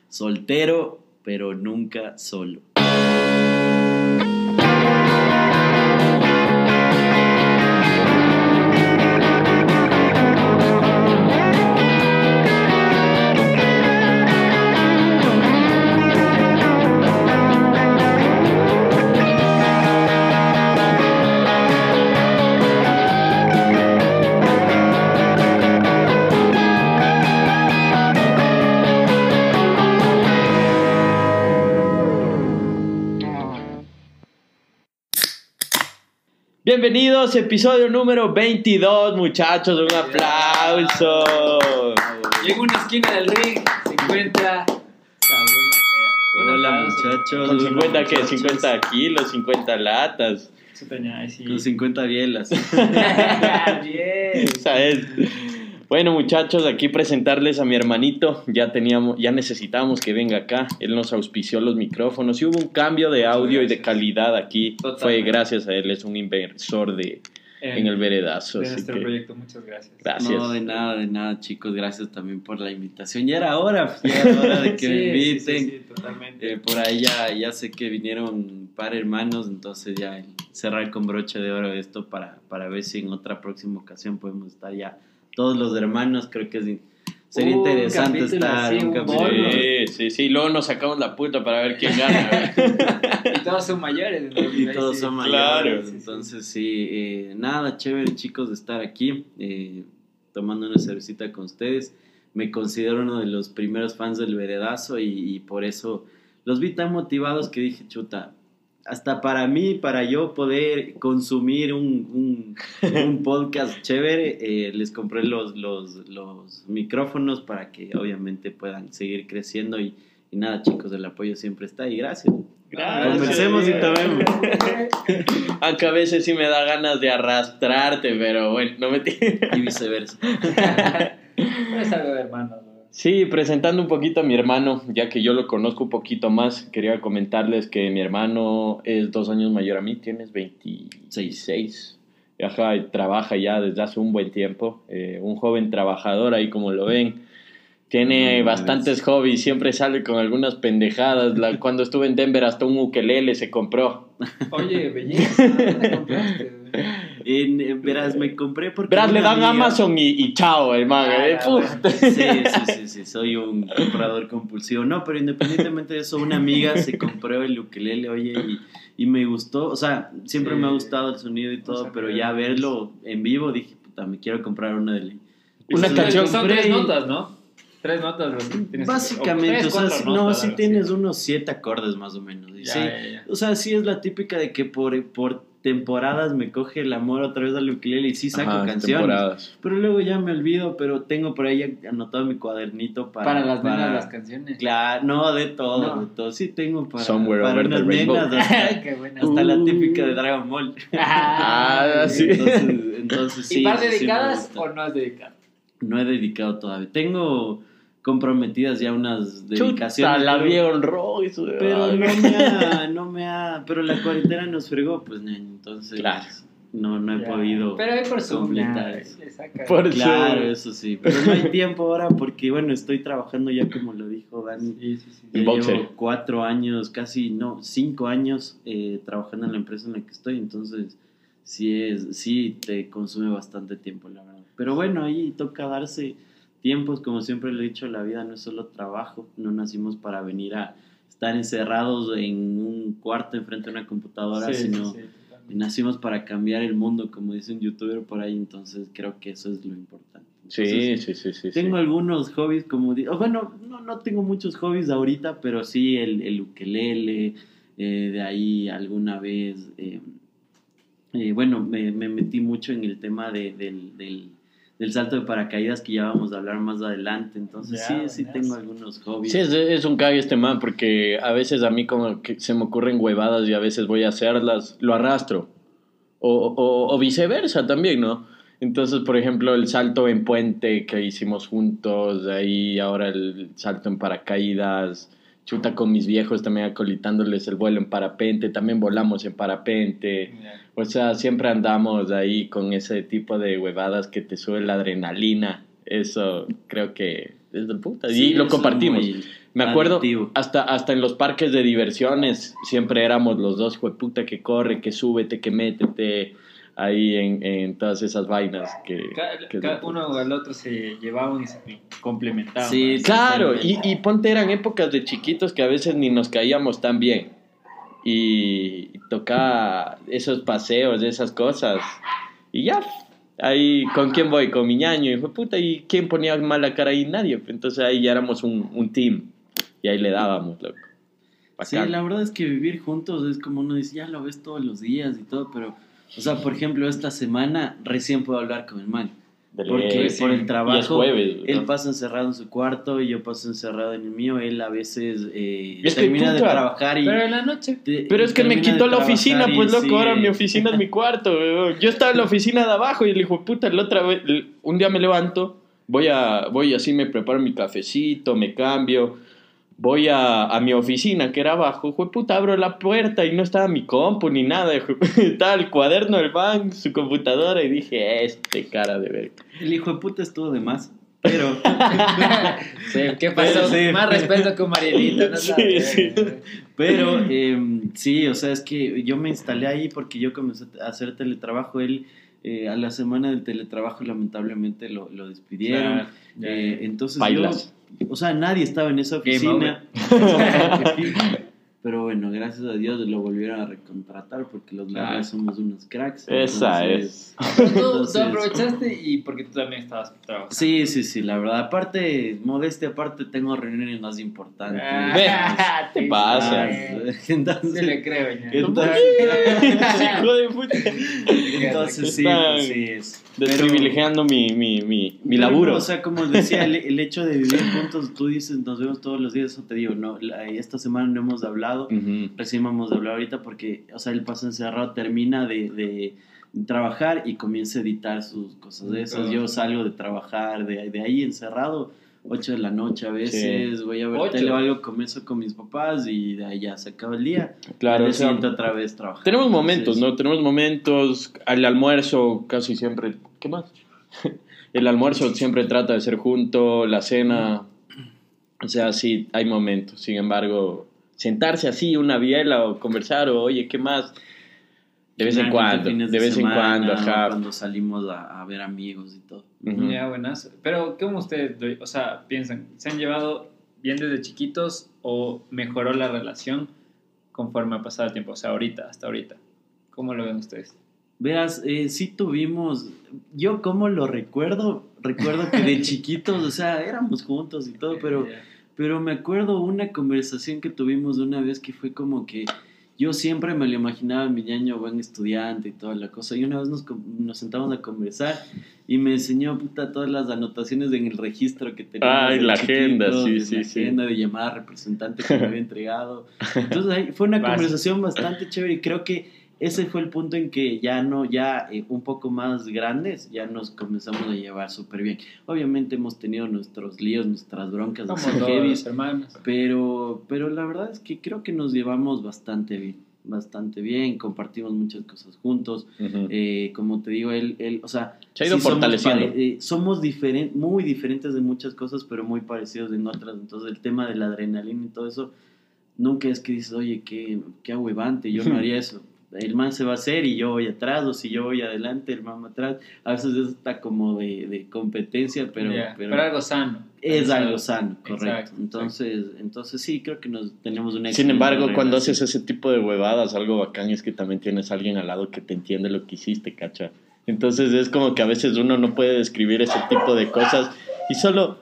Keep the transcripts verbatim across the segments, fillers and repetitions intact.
soltero, pero nunca solo. Bienvenidos, episodio número veintidós, muchachos, un aplauso. Llega una esquina del ring, se encuentra Saúl. Hola, muchachos. Con cincuenta, ¿qué? cincuenta kilos, cincuenta latas. Con cincuenta bielas. Bien. ¿Sabes? Bueno, muchachos, aquí presentarles a mi hermanito. Ya teníamos, ya necesitábamos que venga acá. Él nos auspició los micrófonos y hubo un cambio de audio y de calidad aquí. Totalmente. Fue gracias a él, es un inversor de en, en el veredazo. De así nuestro que, proyecto, muchas gracias. Gracias. No, de nada, de nada, chicos. Gracias también por la invitación. Ya era hora, ya era hora de que sí, me inviten. Sí, sí, sí, totalmente. Eh, por ahí ya, ya sé que vinieron un par de hermanos, entonces ya cerrar con broche de oro esto para, para ver si en otra próxima ocasión podemos estar ya todos los hermanos. Creo que es, sería uh, interesante capítulo, estar sí, un un capítulo. Sí, sí, sí. Luego nos sacamos la puta para ver quién gana. Y todos son mayores. Entonces, Y todos sí. son Claro. mayores. Entonces, sí, eh, nada, chévere, chicos, de estar aquí eh, tomando una cervecita con ustedes. Me considero uno de los primeros fans del veredazo y, y por eso los vi tan motivados que dije, chuta, hasta para mí, para yo poder consumir un, un, un podcast chévere, eh, les compré los, los, los micrófonos para que obviamente puedan seguir creciendo y, y nada, chicos, el apoyo siempre está ahí. Gracias. Gracias. Conversemos y tomemos. Aunque a veces sí me da ganas de arrastrarte, pero bueno, no me Y viceversa. No es algo de hermanos. Sí, presentando un poquito a mi hermano, ya que yo lo conozco un poquito más, quería comentarles que mi hermano es dos años mayor a mí, tienes veintiséis, ajá, y trabaja ya desde hace un buen tiempo, eh, un joven trabajador ahí como lo ven, tiene no, bastantes hobbies, siempre sale con algunas pendejadas. La, cuando estuve en Denver hasta un ukelele se compró. Oye, belleza, ¿dónde compraste? En, en, verás, me compré porque... Verás, le dan amiga... Amazon y, y chao, hermano. Ah, eh, sí, sí, sí, sí, soy un comprador compulsivo. No, pero independientemente de eso, una amiga se compró el ukelele, oye, y, y me gustó. O sea, siempre sí. me ha gustado el sonido y todo, o sea, pero ya verlo en vivo dije, puta, me quiero comprar uno de él. Una pues canción. Son tres y... notas, ¿no? Tres notas los que tienes. Básicamente, que... o, o sea, si, no, si tienes así. Unos siete acordes más o menos. Ya, sí, ya, ya. O sea, sí es la típica de que por, por temporadas me coge el amor otra vez al ukelele y sí saco Ajá, canciones. Temporadas. Pero luego ya me olvido, pero tengo por ahí anotado mi cuadernito para... Para las nenas las canciones. Claro, no, de todo, no. de todo. Sí tengo para, Somewhere para unas nenas hasta, Qué buena. hasta uh. la típica de Dragon Ball. Ah, sí. Entonces, entonces sí. ¿Y par sí, dedicadas sí o no has dedicado? No he dedicado todavía. Tengo... comprometidas ya unas dedicaciones. Chuta, la vieron rojo y su pero no me ha, no me ha, pero la cuarentena nos fregó, pues, entonces claro. no, no he ya. podido Pero hay por completar eso. Por claro, Zoom. Eso sí, pero no hay tiempo ahora porque, bueno, estoy trabajando ya como lo dijo Dani. Sí, sí, sí. Ya llevo cuatro años, casi, no, cinco años eh, trabajando en la empresa en la que estoy, entonces sí, es, sí te consume bastante tiempo, la verdad. Pero bueno, ahí toca darse tiempos, como siempre le he dicho, la vida no es solo trabajo, no nacimos para venir a estar encerrados en un cuarto enfrente de una computadora, sí, sino sí, sí, nacimos para cambiar el mundo, como dice un youtuber por ahí, entonces creo que eso es lo importante. Entonces, sí, sí, sí, sí. Tengo sí. algunos hobbies, como digo, bueno, no, no tengo muchos hobbies ahorita, pero sí el, el ukelele, eh, de ahí alguna vez, eh, eh, bueno, me, me metí mucho en el tema de, del... del del salto de paracaídas que ya vamos a hablar más adelante, entonces ya, sí, sí buenas. tengo algunos hobbies. Sí, es, es un cague este man, porque a veces a mí como que se me ocurren huevadas y a veces voy a hacerlas, lo arrastro, o, o, o viceversa también, ¿no? Entonces, por ejemplo, el salto en puente que hicimos juntos, ahí ahora el salto en paracaídas, chuta con mis viejos también acolitándoles el vuelo en parapente, también volamos en parapente, yeah. O sea, siempre andamos ahí con ese tipo de huevadas que te sube la adrenalina, eso creo que es del puta, sí, y lo compartimos. Muy... Me acuerdo, adictivo. hasta, hasta en los parques de diversiones siempre éramos los dos, jueputa, que corre, que súbete, que métete ahí en, en todas esas vainas. Que, Cada, que cada uno al otro se llevaban y se complementaban. Sí, ¿no? Claro, y, y ponte, eran épocas de chiquitos que a veces ni nos caíamos tan bien. Y tocaba esos paseos, esas cosas. Y ya, ahí, ¿con quién voy? Con mi ñaño. Y fue puta, ¿y quién ponía mala cara ahí? Nadie. Entonces ahí ya éramos un, un team. Y ahí le dábamos, loco. Bacán. Sí, la verdad es que vivir juntos es como uno dice, ya lo ves todos los días y todo, pero, o sea, por ejemplo, esta semana recién puedo hablar con el man. De Porque ley, por sí. el trabajo, Y es jueves, ¿no? él pasa encerrado en su cuarto y yo paso encerrado en el mío. Él a veces eh, Es que termina de puta. trabajar y... Pero en la noche. te- Pero es que me termina quitó de la trabajar oficina, y pues loco, sí, ahora mi oficina es mi cuarto, weón. Yo estaba en la oficina de abajo y el hijo de puta, la otra vez, el- un día me levanto, voy a, voy así, me preparo mi cafecito, me cambio, voy a, a mi oficina que era abajo, hijo de puta, abro la puerta y no estaba mi compu ni nada, hijo de puta, estaba el cuaderno del banco, su computadora y dije, este cara de verga. El hijo de puta estuvo de más, pero... Sí, ¿qué pasó? Pero sí. Más respeto con Marielita, ¿no? Sí, sabes? sí. Pero eh, sí, o sea, es que yo me instalé ahí porque yo comencé a hacer teletrabajo. Él eh, a la semana del teletrabajo lamentablemente lo, lo despidieron. Claro, ya, Eh, ya. entonces Bailas. yo, o sea, nadie estaba en esa Game oficina. Pero bueno, gracias a Dios lo volvieron a recontratar porque los Claro. Largas somos unos cracks. Esa entonces- es. Pero tú, tú Entonces- aprovechaste y porque tú también estabas trabajando. Sí, sí, sí, la verdad. Aparte, modestia aparte, tengo reuniones más importantes. Ah, ¿Qué pasa? Entonces, Sí le creo, ya. Entonces- Hijo de puta. entonces sí, Están pues sí es. Pero- Desprivilegiando mi, mi, mi, mi pero laburo. no, o sea, como decía, el, el hecho de vivir juntos, tú dices, nos vemos todos los días, eso te digo, no, la- esta semana no hemos hablado, Ujú. recién vamos a hablar ahorita porque, o sea, él pasa encerrado, termina de, de trabajar y comienza a editar sus cosas de esas. Yo salgo de trabajar, de, de ahí encerrado, ocho de la noche a veces, voy a ver Ocho. tele o algo, comienzo con mis papás y de ahí ya se acaba el día. Claro, Al o día sea, siguiente otra vez trabajar. tenemos momentos, Entonces, ¿no? Tenemos momentos, al almuerzo casi siempre, ¿qué más? El almuerzo siempre trata de ser junto, la cena, o sea, sí, hay momentos. Sin embargo, sentarse así, una biela o conversar o, oye, ¿qué más? De vez en generalmente cuando, fines de vez en semana, cuando, o ajá. cuando salimos a, a ver amigos y todo. Ujú. Ya, buenas. Pero, ¿cómo ustedes, o sea, piensan? ¿Se han llevado bien desde chiquitos o mejoró la relación conforme ha pasado el tiempo? O sea, ahorita, hasta ahorita. ¿Cómo lo ven ustedes? Verás, eh, sí tuvimos, yo como lo recuerdo, recuerdo que de chiquitos, o sea, éramos juntos y todo, pero, Ya. pero me acuerdo una conversación que tuvimos una vez que fue como que yo siempre me lo imaginaba a mi ñaño buen estudiante y toda la cosa, y una vez nos, com- nos sentamos a conversar y me enseñó, puta, todas las anotaciones en el registro que teníamos. Ay, de la agenda, chiquitos, sí, de sí, la sí. agenda de llamada representante que me había entregado. Entonces ahí fue una Básico. conversación bastante chévere y creo que ese fue el punto en que ya no, ya eh, un poco más grandes, ya nos comenzamos a llevar súper bien. Obviamente hemos tenido nuestros líos, nuestras broncas, Somos así dos heavies, hermanos. pero, pero la verdad es que creo que nos llevamos bastante bien, bastante bien, compartimos muchas cosas juntos. Ujú. Eh, como te digo, él, él, o sea, Se ha ido somos fortaleciendo. pare- eh, somos diferen- muy diferentes en muchas cosas, pero muy parecidos en otras. Entonces, el tema de la adrenalina y todo eso, nunca es que dices, oye, qué, qué ahuevante, yo no haría eso. El man se va a hacer y yo voy atrás, o si yo voy adelante, el man va atrás. A veces eso está como de, de competencia, pero, Ya, pero, pero algo sano. es algo sano, correcto. Exacto, entonces, entonces sí, creo que nos tenemos una Sin excelente embargo, cuando relación. haces ese tipo de huevadas, algo bacán es que también tienes a alguien al lado que te entiende lo que hiciste, cacha. Entonces es como que a veces uno no puede describir ese tipo de cosas y solo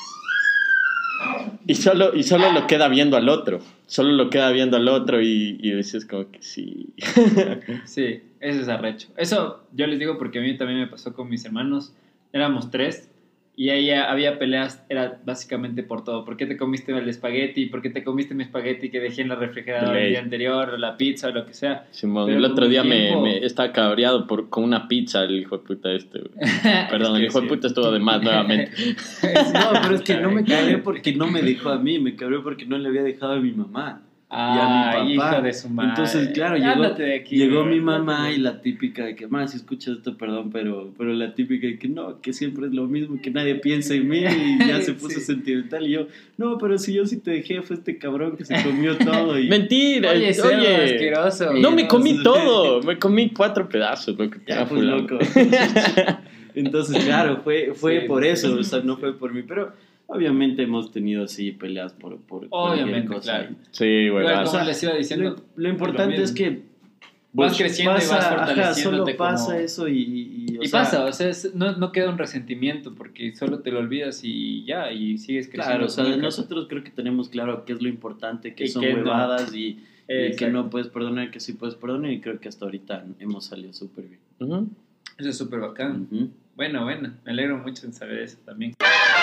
y solo y solo lo queda viendo al otro, solo lo queda viendo al otro y, y dices como que sí. Sí, eso es arrecho. Eso yo les digo porque a mí también me pasó con mis hermanos. Éramos tres y ahí había peleas, era básicamente por todo. ¿Por qué te comiste el espagueti? ¿Por qué te comiste mi espagueti que dejé en la refrigeradora De el ley. día anterior? O la pizza o lo que sea. Simón, Pero el con otro el día me, tiempo- me estaba cabreado por, con una pizza el hijo de puta este. güey. Perdón, Es el que hijo de sí. puta estuvo de más nuevamente. No, pero es que no me cabré porque no me dejó a mí, me cabré porque no le había dejado a mi mamá. Ah, y a mi papá. hijo de su madre. Entonces, claro, llegó, Ándate de aquí, llegó güey, mi mamá ándate. y la típica de que, más si escuchas esto, perdón, pero, pero la típica de que no, que siempre es lo mismo, que nadie piensa en mí y ya se puso Sí. sentimental. Y yo, no, pero si yo sí te dejé, fue este cabrón que se comió todo. Y Mentira, Oye, oye. cerdo asqueroso. No me comí Entonces- todo, me comí cuatro pedazos, loco. ya, Ah, pues fulano. loco. Entonces, claro, fue, fue Sí, por sí, eso, sí. o sea, no fue por mí, pero obviamente hemos tenido así peleas por, por cualquier Obviamente, cosa. claro. Sí, Igual, huevas. O como sea, les iba diciendo, Lo, lo importante lo es que vas pues, creciendo y pasa, vas ajá, fortaleciéndote solo pasa como- eso y... Y, y, o y sea, pasa, o sea, es- no, no queda un resentimiento porque solo te lo olvidas y ya, y sigues creciendo. claro, o sea, Nunca- nosotros creo que tenemos claro qué es lo importante, que Y son que no. huevadas y, y que Exacto. no puedes perdonar, que sí puedes perdonar y creo que hasta ahorita hemos salido súper bien. Ujú. Eso es súper bacán. Ujú. Bueno, bueno, me alegro mucho en saber eso también.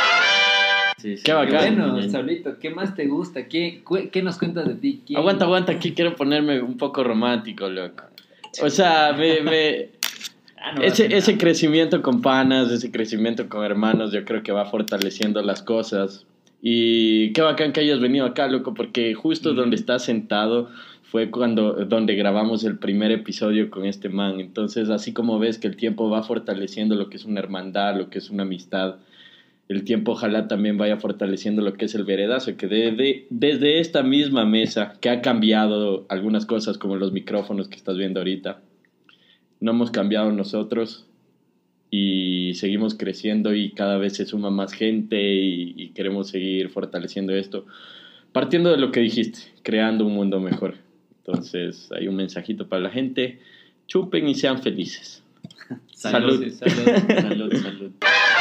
Sí, sí. Qué Y bacán. bueno, Saulito, ¿qué más te gusta? ¿Qué, cu- qué nos cuentas de ti? ¿Quién- Aguanta, aguanta, aquí quiero ponerme un poco romántico, loco. O sea, me, me, Ah, no va a ese, hacer ese nada. crecimiento con panas, ese crecimiento con hermanos, yo creo que va fortaleciendo las cosas. Y qué bacán que hayas venido acá, loco, porque justo Mm. donde estás sentado fue cuando donde grabamos el primer episodio con este man. Entonces, así como ves que el tiempo va fortaleciendo lo que es una hermandad, lo que es una amistad, el tiempo ojalá también vaya fortaleciendo lo que es el veredazo, que de- de- desde esta misma mesa, que ha cambiado algunas cosas como los micrófonos que estás viendo ahorita, no hemos cambiado nosotros y seguimos creciendo y cada vez se suma más gente y, y queremos seguir fortaleciendo esto, partiendo de lo que dijiste, creando un mundo mejor. Entonces hay un mensajito para la gente, chupen y sean felices. Salud. Salud. Sí, salud. Salud, salud.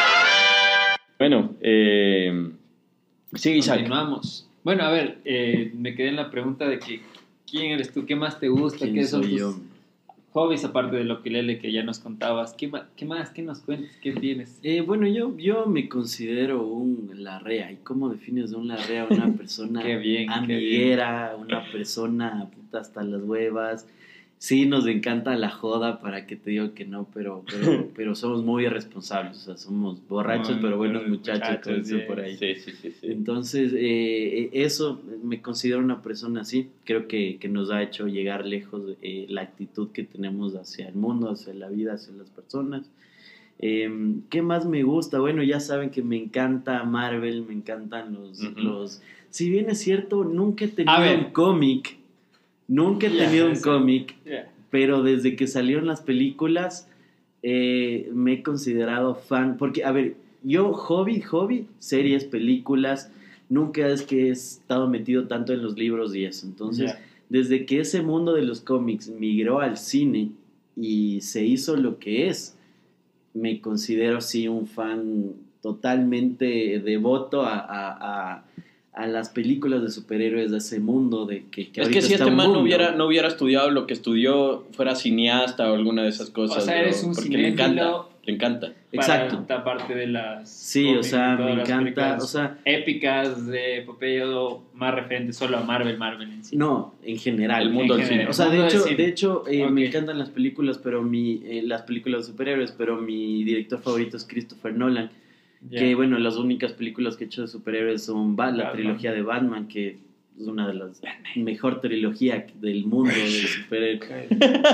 Bueno, eh, sí, Isaac. Continuamos. Bueno, a ver, eh, me quedé en la pregunta de que ¿quién eres tú? ¿Qué más te gusta? ¿Quién ¿Qué son soy tus yo? hobbies aparte de lo que lele que ya nos contabas? ¿Qué, ma- qué más? ¿Qué nos cuentas? ¿Qué tienes? Eh, bueno, yo, yo me considero un larrea. ¿Y cómo defines un larrea? Una persona Qué bien, qué amiguera, una persona puta hasta las huevas. Sí, nos encanta la joda, para que te digo que no, pero, pero, pero somos muy irresponsables. O sea, somos borrachos, Bueno, pero buenos pero muchachos, como muchachos, dicen bien. por ahí. Sí, sí, sí, sí. Entonces, eh, eso, me considero una persona así. Creo que, que nos ha hecho llegar lejos eh, la actitud que tenemos hacia el mundo, hacia la vida, hacia las personas. Eh, ¿Qué más me gusta? Bueno, ya saben que me encanta Marvel, me encantan los... Ujú. los si bien es cierto, nunca he A tenido ver. un cómic. Nunca he Ya, tenido un eso. cómic, Yeah. pero desde que salieron las películas eh, me he considerado fan, porque, a ver, yo hobby, hobby, series, películas, nunca es que he estado metido tanto en los libros y eso, entonces, Ya. desde que ese mundo de los cómics migró al cine y se hizo lo que es, me considero sí un fan totalmente devoto a, a, a, a las películas de superhéroes de ese mundo de que, que Es ahorita que si está este un man no boom, hubiera, no hubiera estudiado lo que estudió, fuera cineasta o alguna de esas cosas. O sea, bro, eres un porque le encanta, cinéfilo. le encanta. Exacto. Para esta parte de las Sí, o cómics sea, y todas me las encanta, películas o sea, épicas de Popeye, más referentes solo a Marvel, Marvel en sí. no, en general. El mundo En del general. cine. O sea, de Mundo del hecho, cine. de hecho eh, Ok. me encantan las películas, pero mi, eh, las películas de superhéroes, pero mi director favorito es Christopher Nolan. Ya. Que bueno, las únicas películas que he hecho de superhéroes son Ba- la Batman. trilogía de Batman, que es una de las mejor trilogía del mundo de superhéroes.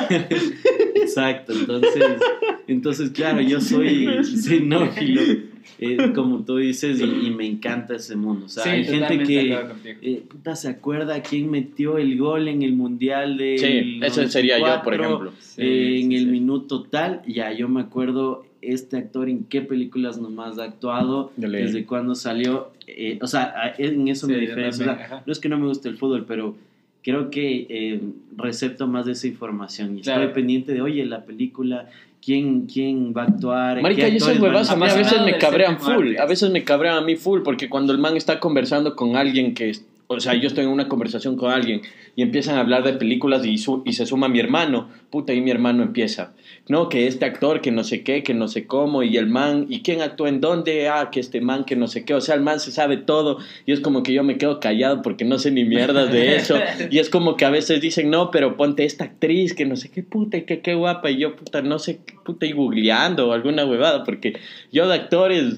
Exacto, entonces, entonces claro, yo soy cinófilo, eh, como tú dices, y, y me encanta ese mundo. O sea, Sí, hay gente totalmente de que acuerdo contigo. eh, puta, se acuerda quién metió el gol en el mundial de Sí, ese sería yo, por ejemplo. Sí, eh, en sí, el sí. minuto tal, ya yo me acuerdo este actor en qué películas nomás ha actuado, De ley. desde cuándo salió, eh, o sea, a- en eso Sí, me yo diferencio. O también, sea, ajá. no es que no me guste el fútbol, pero creo que eh, recepto más de esa información y Claro. estoy pendiente de, oye, la película, quién, quién va a actuar. Marica, qué y esas actores van huevas a mí a veces Apasionado me del cabrean séptimo full, arte. a veces me cabrean a mí full, porque cuando el man está conversando con alguien que, es- o sea, yo estoy en una conversación con alguien y empiezan a hablar de películas y, su- y se suma mi hermano, puta, y mi hermano empieza, no, que este actor, que no sé qué, que no sé cómo, y el man, ¿y quién actuó en dónde? Ah, que este man, que no sé qué, o sea, el man se sabe todo, y es como que yo me quedo callado porque no sé ni mierdas de eso, y es como que a veces dicen, no, pero ponte esta actriz, que no sé qué, puta, y que qué guapa, y yo, puta, no sé, puta, y googleando o alguna huevada, porque yo de actores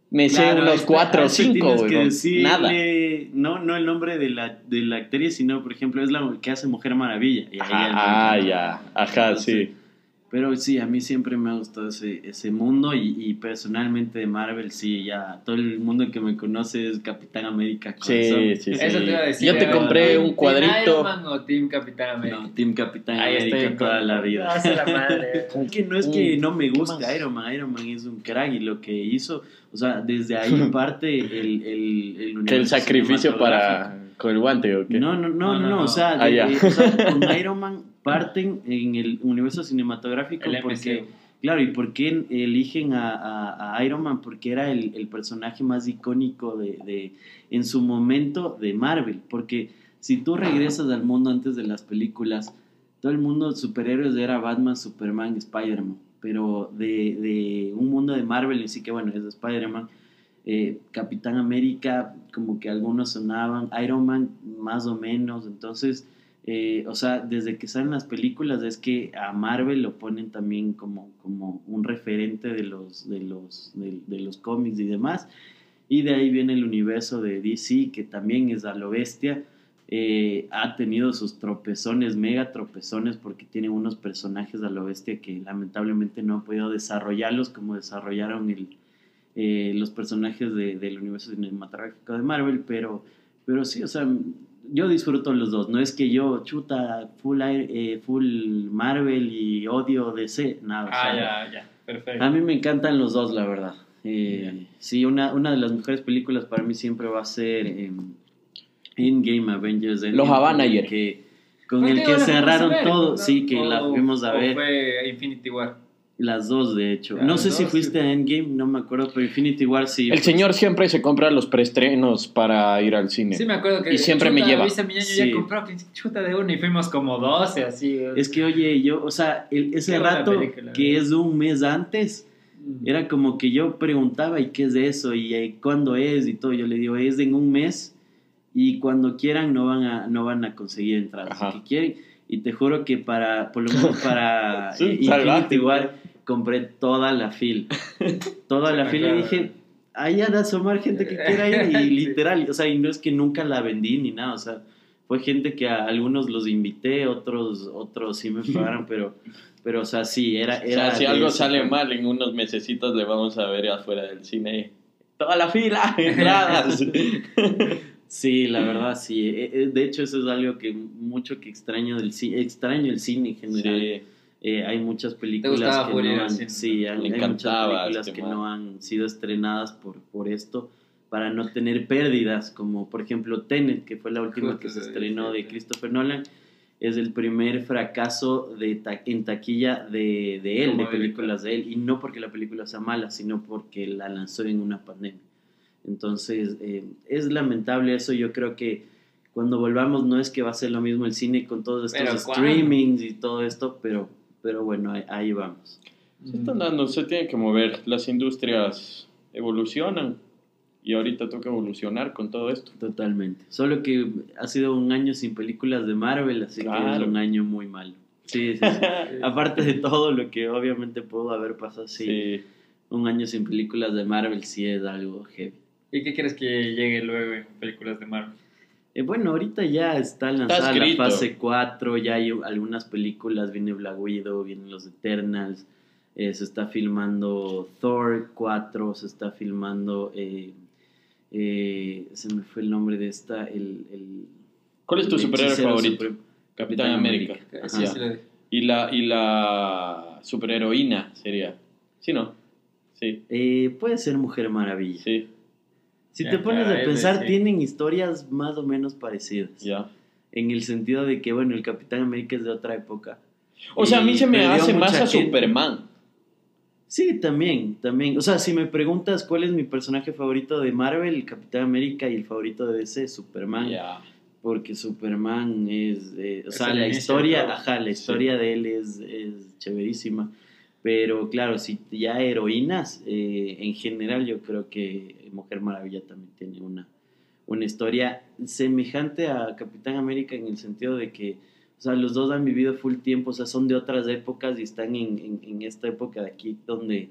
Me sé Claro, unos está- cuatro o a eso cinco, tienes que weón. decirle, Nada. No, no el nombre de la, de la actriz, sino, por ejemplo, es la que hace Mujer Maravilla. Y a ella Ajá, me ah, encanta. ya. Ajá, Entonces, sí. Pero sí, a mí siempre me ha gustado ese, ese mundo y, y personalmente de Marvel, sí, ya todo el mundo que me conoce es Capitán América. Sí, corazón. sí, sí. Eso te iba a decir. Yo te ¿eh? compré ¿Team- un Team cuadrito. Iron Man o Team Capitán América? No, Team Capitán Ahí América estoy toda con- la vida. No, hace la madre. Es que no es que no me ¿Qué guste más? Iron Man, Iron Man es un crack y lo que hizo, o sea, desde ahí parte el, el, el Que el universo sacrificio cinematográfico. para... Con el guante, ¿o qué? No, no, no, No, no, no, no, no. o sea, Ah, de- ya. eh, o sea, con Iron Man parten en el universo cinematográfico El M porque, C U. claro, ¿y por qué eligen a, a- a Iron Man? Porque era el, el personaje más icónico de, de, en su momento de Marvel, porque si tú regresas al mundo antes de las películas, todo el mundo de superhéroes era Batman, Superman, Spider-Man, pero de, de un mundo de Marvel, y sí que bueno, es de Spider-Man, eh, Capitán América, como que algunos sonaban, Iron Man más o menos, entonces, eh, o sea, desde que salen las películas es que a Marvel lo ponen también como, como un referente de los, de, los, de, de los cómics y demás, y de ahí viene el universo de D C, que también es a lo bestia. Eh, ha tenido sus tropezones, mega tropezones, porque tiene unos personajes a lo bestia que lamentablemente no han podido desarrollarlos como desarrollaron el, eh, los personajes de, del universo cinematográfico de Marvel, pero, pero sí, o sea, yo disfruto los dos, no es que yo chuta full, eh, full Marvel y odio D C, nada, o Ah, sea, ya, ya. Perfecto. a mí me encantan los dos, la verdad. Eh, Bien. sí, una, una de las mejores películas para mí siempre va a ser eh, Endgame, Avengers Endgame. Los Havana con el ayer. que, con ¿Por el qué que no la fuimos a cerraron ver? todo, ¿No? sí, que la O- fuimos a o ver. fue Infinity War. Las dos, de hecho. Las no sé si dos, fuiste sí. a Endgame, no me acuerdo, pero Infinity War sí. El señor siempre se compra los preestrenos para ir al cine. Sí, me acuerdo que. Y siempre me chuta, lleva. Luisa Miñaño Sí. ya compró que chuta de uno y fuimos como doce, así. Es que, oye, yo, o sea, el- ese Qué buena rato película, que ¿verdad? es un mes antes, Mm. era como que yo preguntaba, ¿y qué es de eso? ¿Y eh, cuándo es? Y todo. Yo le digo, es en un mes y cuando quieran no van a, no van a conseguir entradas. Ajá. Si quieren. Y te juro que para, por lo menos para Sí, eh, Infinity salvaje. War, compré toda la fila. Toda Sí, la me fila y acuerdo. dije, ahí ha de asomar gente que quiera ir. Y Sí. literal, o sea, y no es que nunca la vendí ni nada, o sea, fue gente que a algunos los invité, otros, otros sí me pagaron, pero, pero o sea, sí, era... O era sea, si de algo ese sale fan. mal, en unos mesecitos le vamos a ver afuera del cine. Toda la fila, entradas. Sí, la verdad, sí. Eh, eh, De hecho, eso es algo que mucho que extraño del cine, extraño el cine en general. Sí. Eh, hay muchas películas gustaba que full ir no al han, cine, sí, ¿no? hay, Le hay muchas encantaba películas este que man. no han sido estrenadas por, por esto, para no tener pérdidas, como por ejemplo Tenet, que fue la última Justo que se te estrenó de decía, sí. Christopher Nolan, es el primer fracaso de ta- en taquilla de, de él, Como de películas de él, y no porque la película sea mala, sino porque la lanzó en una pandemia. Entonces, eh, es lamentable eso. Yo creo que cuando volvamos no es que va a ser lo mismo el cine con todos estos Pero, ¿cuándo? streamings y todo esto, pero, pero bueno, ahí, ahí vamos. Se están dando, se tiene que mover. Las industrias evolucionan y ahorita toca evolucionar con todo esto. Totalmente. Solo que ha sido un año sin películas de Marvel, así que Claro. es un año muy malo. Sí, sí, sí. Aparte de todo lo que obviamente pudo haber pasado, sí, Sí. un año sin películas de Marvel sí es algo heavy. ¿Y qué quieres que llegue luego en películas de Marvel? Eh, bueno, ahorita ya está lanzada la escrito. fase cuatro, ya hay algunas películas, viene Black Widow, vienen los Eternals, eh, se está filmando Thor cuatro, se está filmando, eh, eh, se me fue el nombre de esta, el... el ¿Cuál es tu el superhéroe hechicero favorito? supremo. Capitán América. Ajá. Sí, sí, lo dije. Y la, y la superheroína sería. ¿Sí, no? Sí. Eh, puede ser Mujer Maravilla. Sí. Si Ya, te pones ya, a es pensar, decir. tienen historias más o menos parecidas. Ya. En el sentido de que, bueno, el Capitán América es de otra época. O sea, a mí Y se me perdió hace más mucha a gente. Superman. Sí, también, también. O sea, si me preguntas cuál es mi personaje favorito de Marvel, el Capitán América, y el favorito de D C, Superman. Ya. Porque Superman es... eh, o Es sea, el la inicio de historia, todo. ajá, la historia de él es, es chéverísima. Pero claro, si ya heroínas, eh, en general yo creo que Mujer Maravilla también tiene una, una historia semejante a Capitán América en el sentido de que, o sea, los dos han vivido full tiempo, o sea, son de otras épocas y están en, en, en esta época de aquí donde,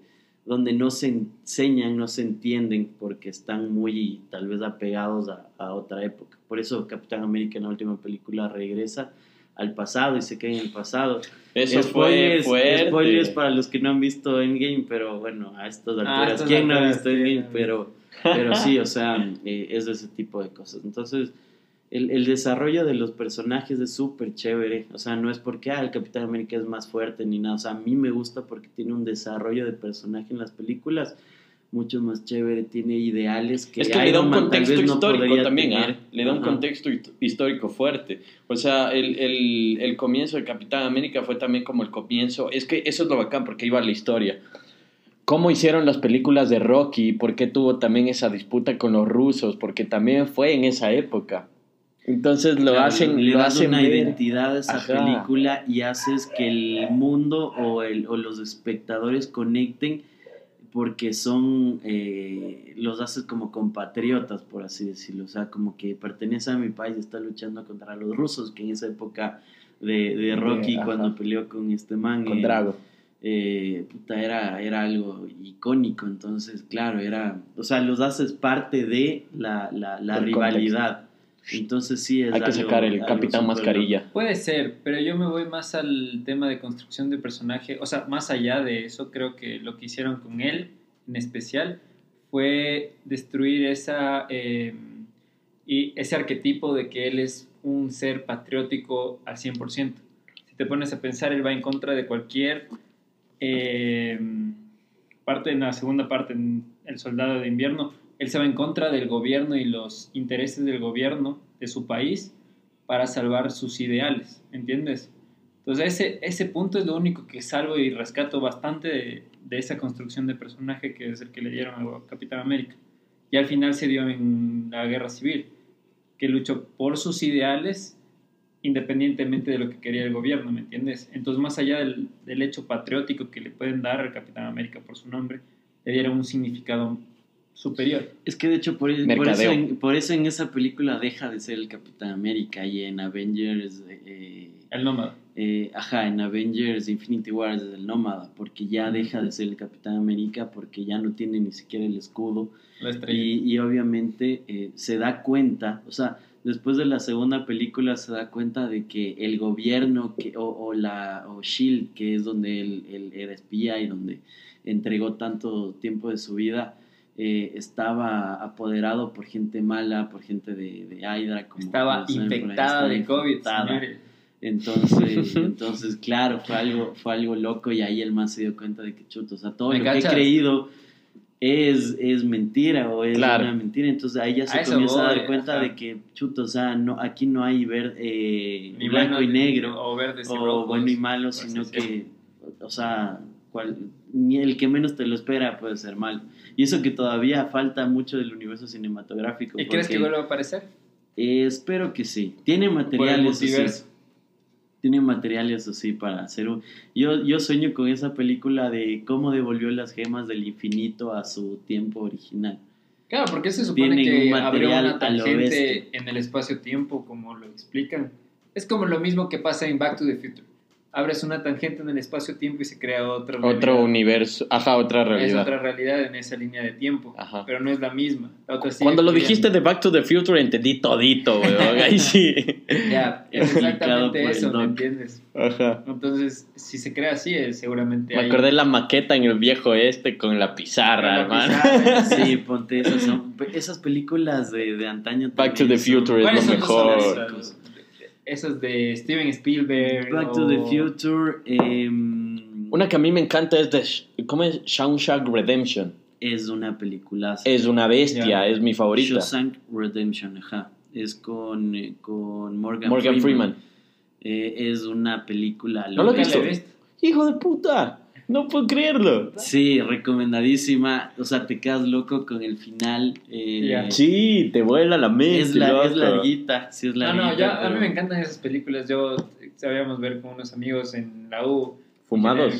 donde no se enseñan, no se entienden, porque están muy tal vez apegados a, a otra época. Por eso Capitán América en la última película regresa al pasado y se queda en el pasado. Eso spoilers, fue fuerte. Spoilers para los que no han visto Endgame, pero bueno, a estas alturas, Ah, estas ¿quién no ha alturas, visto sí, Endgame? no. Pero, pero sí, o sea, eh, es de ese tipo de cosas. Entonces, el, el desarrollo de los personajes es súper chévere. O sea, no es porque ah, el Capitán América es más fuerte ni nada. O sea, a mí me gusta porque tiene un desarrollo de personaje en las películas mucho más chévere, tiene ideales que es que le da un Iron Man tal contexto vez no histórico podría también, tener. ¿ah? Le da un Ajá. contexto hist- histórico fuerte. O sea, el, el, el comienzo de Capitán América fue también como el comienzo. Es que eso es lo bacán porque iba la historia. ¿Cómo hicieron las películas de Rocky? ¿Por qué tuvo también esa disputa con los rusos? Porque también fue en esa época. Entonces lo Claro, hacen, le lo das hacen una ver. identidad a esa Ajá. película y haces que el mundo o, el, o los espectadores conecten porque son, eh, los haces como compatriotas, por así decirlo. O sea, como que pertenece a mi país, está luchando contra los rusos, que en esa época de, de Rocky, Ajá. cuando peleó con este man, Con eh, Drago. eh, puta, era, era algo icónico. Entonces, claro, era, o sea, los haces parte de la, la, la El rivalidad. Entonces sí es Hay que algo- sacar el algo Capitán súper Mascarilla. Puede ser, pero yo me voy más al tema de construcción de personaje. O sea, más allá de eso, creo que lo que hicieron con él, en especial, fue destruir esa, eh, y ese arquetipo de que él es un ser patriótico al cien por ciento. Si te pones a pensar, él va en contra de cualquier eh, parte, en la segunda parte, en El Soldado de Invierno, él se va en contra del gobierno y los intereses del gobierno de su país para salvar sus ideales, ¿entiendes? Entonces ese, ese punto es lo único que salvo y rescato bastante de, de esa construcción de personaje que es el que le dieron a Capitán América. Y al final se dio en la Guerra Civil, que luchó por sus ideales independientemente de lo que quería el gobierno, ¿me entiendes? Entonces, más allá del, del hecho patriótico que le pueden dar al Capitán América por su nombre, le dieron un significado superior. Es que de hecho por, por, eso, Mercadeo. en, por eso en esa película deja de ser el Capitán América y en Avengers, eh, El nómada. eh, ajá, en Avengers Infinity War es el Nómada, porque ya deja de ser el Capitán América porque ya no tiene ni siquiera el escudo La estrella. y, y obviamente eh, se da cuenta, o sea, después de la segunda película se da cuenta de que el gobierno que, o, o la o Shield, que es donde él, él era espía y donde entregó tanto tiempo de su vida, eh, estaba apoderado por gente mala, por gente de, de Hydra, como Estaba como saben por ahí, infectada estaba de COVID, infectada. señores. Entonces, entonces, claro, fue algo, fue algo loco y ahí el man se dio cuenta de que chuto, o sea, todo ¿Me lo que cachas? he creído es, es mentira o es Claro. una mentira. Entonces ahí ya A se eso comienza a voy, dar cuenta ajá. de que chuto, o sea, no, aquí no hay ver, eh, Ni blanco bueno y negro o verdes y o rojos, bueno y malo, por así sino decirlo. que, o sea, cual, ni el que menos te lo espera puede ser malo. Y eso que todavía falta mucho del universo cinematográfico. ¿Y crees que porque- vuelva a aparecer? eh, espero que sí. Tiene Por el material, eso sí. multiverso. Tiene material, eso sí, para hacer un... Yo, yo sueño con esa película de cómo devolvió las gemas del infinito a su tiempo original. Claro, porque se supone Tienen que un abrió material una a lo tangente bestia. en el espacio-tiempo, como lo explican. Es como lo mismo que pasa en Back to the Future. Abres una tangente en el espacio-tiempo y se crea otra realidad. Otro universo. Ajá, otra Es realidad. otra realidad en esa línea de tiempo, Ajá. pero no es la misma. La otra sigue Cuando lo fluyendo. dijiste de Back to the Future entendí todito, weón. Ahí sí. Ya, es Explicado por exactamente el eso, ¿me doc. entiendes? Ajá. Entonces, si se crea así, es seguramente Me hay- acordé de la maqueta en el viejo este con la pizarra, Con la hermano. pizarra. Sí, ponte esas, son- esas películas de, de antaño. Back to también the son- Future es ¿Cuáles lo son tus mejor. favoritas? Esos de Steven Spielberg. Back o- to the Future. em, Una que a mí me encanta es de... Sh- ¿Cómo es? Shawshank Redemption. es una película. Es una bestia, Ya. es mi favorita. Shawshank Redemption, ajá. Es con, eh, con Morgan, Morgan Freeman. Eh, es una película ¿No lo has Nunca visto? la he visto. ¡Hijo de puta! No puedo creerlo. Sí, recomendadísima. O sea, te quedas loco con el final. eh, Ya. Sí, te vuela la mente, es, la, es loco. larguita. Sí, es No, larguita. no, ya, a pero- mí me encantan esas películas. Yo sabíamos ver con unos amigos en la U. Fumados.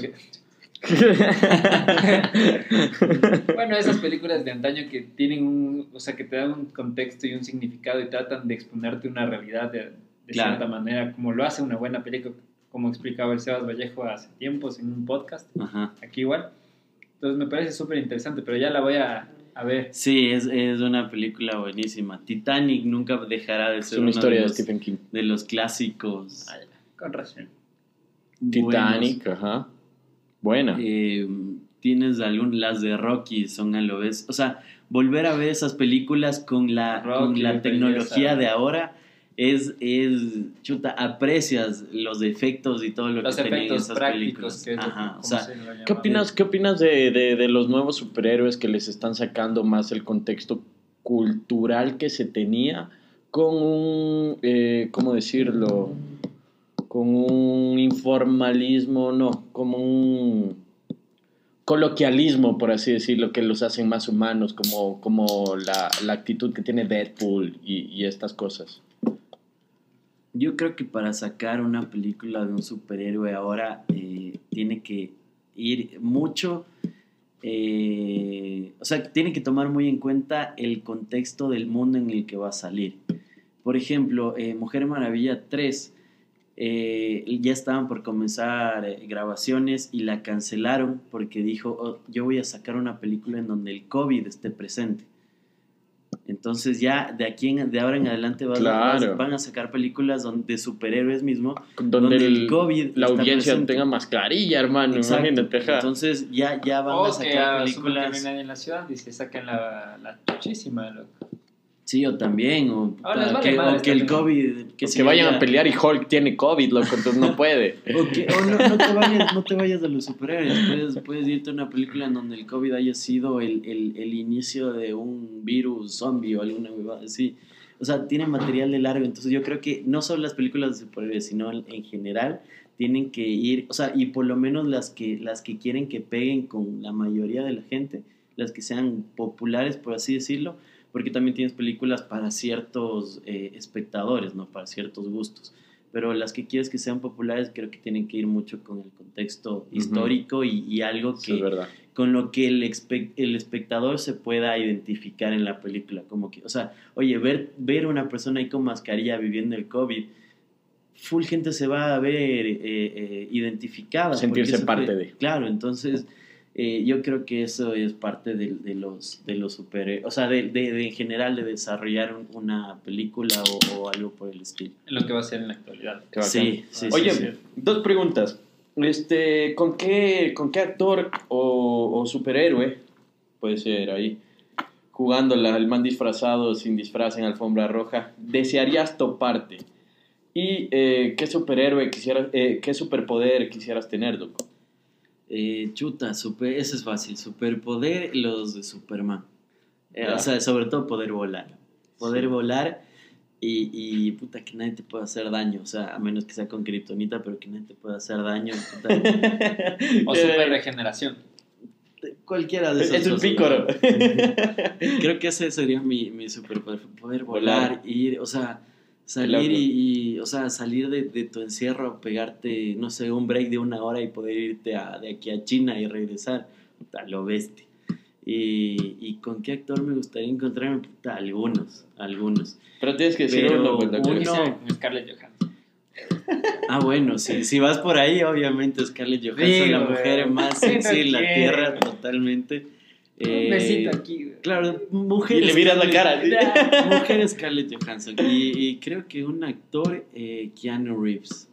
Bueno, esas películas de antaño que tienen un, o sea, que te dan un contexto y un significado y tratan de exponerte una realidad de, de Claro. cierta manera, como lo hace una buena película, como explicaba el Sebas Vallejo hace tiempos en un podcast, Ajá. aquí igual. Entonces me parece súper interesante, pero ya la voy a, a ver. Sí, es, es una película buenísima. Titanic nunca dejará de Es ser una uno historia de de los, Stephen King. de los clásicos. Ay, con razón. Titanic, ajá. Buena. Eh, tienes algún, las de Rocky son a lo vez, o sea, volver a ver esas películas con la, Rocky, con la tecnología belleza. de ahora es, es, chuta, aprecias los efectos y todo lo Los que tenían efectos esas prácticos películas. que es lo- Ajá, ¿cómo o sea, se lo llama? ¿Qué opinas, qué opinas de, de, de los nuevos superhéroes que les están sacando más el contexto cultural que se tenía con un, eh, ¿cómo decirlo? Con un informalismo, no, como un coloquialismo, por así decirlo, que los hacen más humanos, como, como la, la actitud que tiene Deadpool y, y estas cosas? yo creo que para sacar una película de un superhéroe ahora eh, tiene que ir mucho, eh, o sea, tiene que tomar muy en cuenta el contexto del mundo en el que va a salir. Por ejemplo, eh, Mujer Maravilla tres, eh, ya estaban por comenzar eh, grabaciones y la cancelaron porque dijo, "Oh, yo voy a sacar una película en donde el COVID esté presente". Entonces ya de aquí en, de ahora en adelante vas- Claro. vas- van a sacar películas donde, de superhéroes mismo, Donde, donde el el- COVID la está audiencia presente. tenga mascarilla, hermano, Exacto. imagínate. ajá. Entonces ya, ya van a O que sacar asumen que no hay películas. nadie en la ciudad y se saquen la, la chuchísima, loco. Sí, o también, o, Ahora les vale que, madre o que el también. COVID... Que, Que, que se vayan vaya- a pelear y Hulk tiene COVID, loco, entonces no puede. O, que, o no, no, te vayas, no te vayas de los superhéroes, puedes, puedes irte a una película en donde el COVID haya sido el, el, el inicio de un virus zombie o alguna huevada así. O sea, tiene material de largo, entonces yo creo que no solo las películas de superhéroes, sino en, en general tienen que ir, o sea, y por lo menos las que, las que quieren que peguen con la mayoría de la gente, las que sean populares, por así decirlo, porque también tienes películas para ciertos eh, espectadores, ¿no? Para ciertos gustos. Pero las que quieres que sean populares creo que tienen que ir mucho con el contexto Ujú. histórico y, y algo Sí, es que, verdad. con lo que el, expe- el espectador se pueda identificar en la película. Como que, o sea, oye, ver, ver una persona ahí con mascarilla viviendo el COVID, full gente se va a ver eh, eh, identificada. Sentirse porque eso parte fue- de. Claro, entonces... Eh, yo creo que eso es parte de, de los de los super, o sea, de, de, de en general de desarrollar un- una película o, o algo por el estilo. En lo que va a ser en la actualidad. Qué bacán. Sí, sí, Oye, sí, sí. dos preguntas. Este, ¿con qué, con qué actor o, o superhéroe, puede ser ahí, jugando la- el man disfrazado sin disfraz en alfombra roja, desearías toparte? ¿Y eh, qué superhéroe quisieras, eh, qué superpoder quisieras tener, loco? Eh, chuta, super, eso es fácil. Superpoder, los de Superman. Eh, Ya. o sea, sobre todo poder volar. Poder Sí. volar y, y puta, que nadie te pueda hacer daño. O sea, a menos que sea con kriptonita, pero que nadie te pueda hacer daño. Puta, O super regeneración. cualquiera de esos. Es un pícoro. Creo que ese sería mi, mi superpoder. Poder volar, Volar. ir, o sea, salir Loco. y, y, o sea, salir de, de tu encierro, pegarte, no sé, un break de una hora y poder irte a, de aquí a China y regresar. Puta, lo bestia. Y, y con qué actor me gustaría encontrarme, puta, algunos, algunos. Pero tienes que decir Pero uno, pues, loco. uno- Quisiera con Scarlett Johansson. Ah, bueno, si, si vas por ahí, obviamente Scarlett Johansson, Sí, la güey. mujer más sexy en la ¿Quién? tierra, totalmente. Eh, Un besito aquí, güey. Claro, mujer. Y le miras la Scarlett- cara, ¿sí? Mujer Scarlett Johansson. Y, y creo que un actor, eh, Keanu Reeves.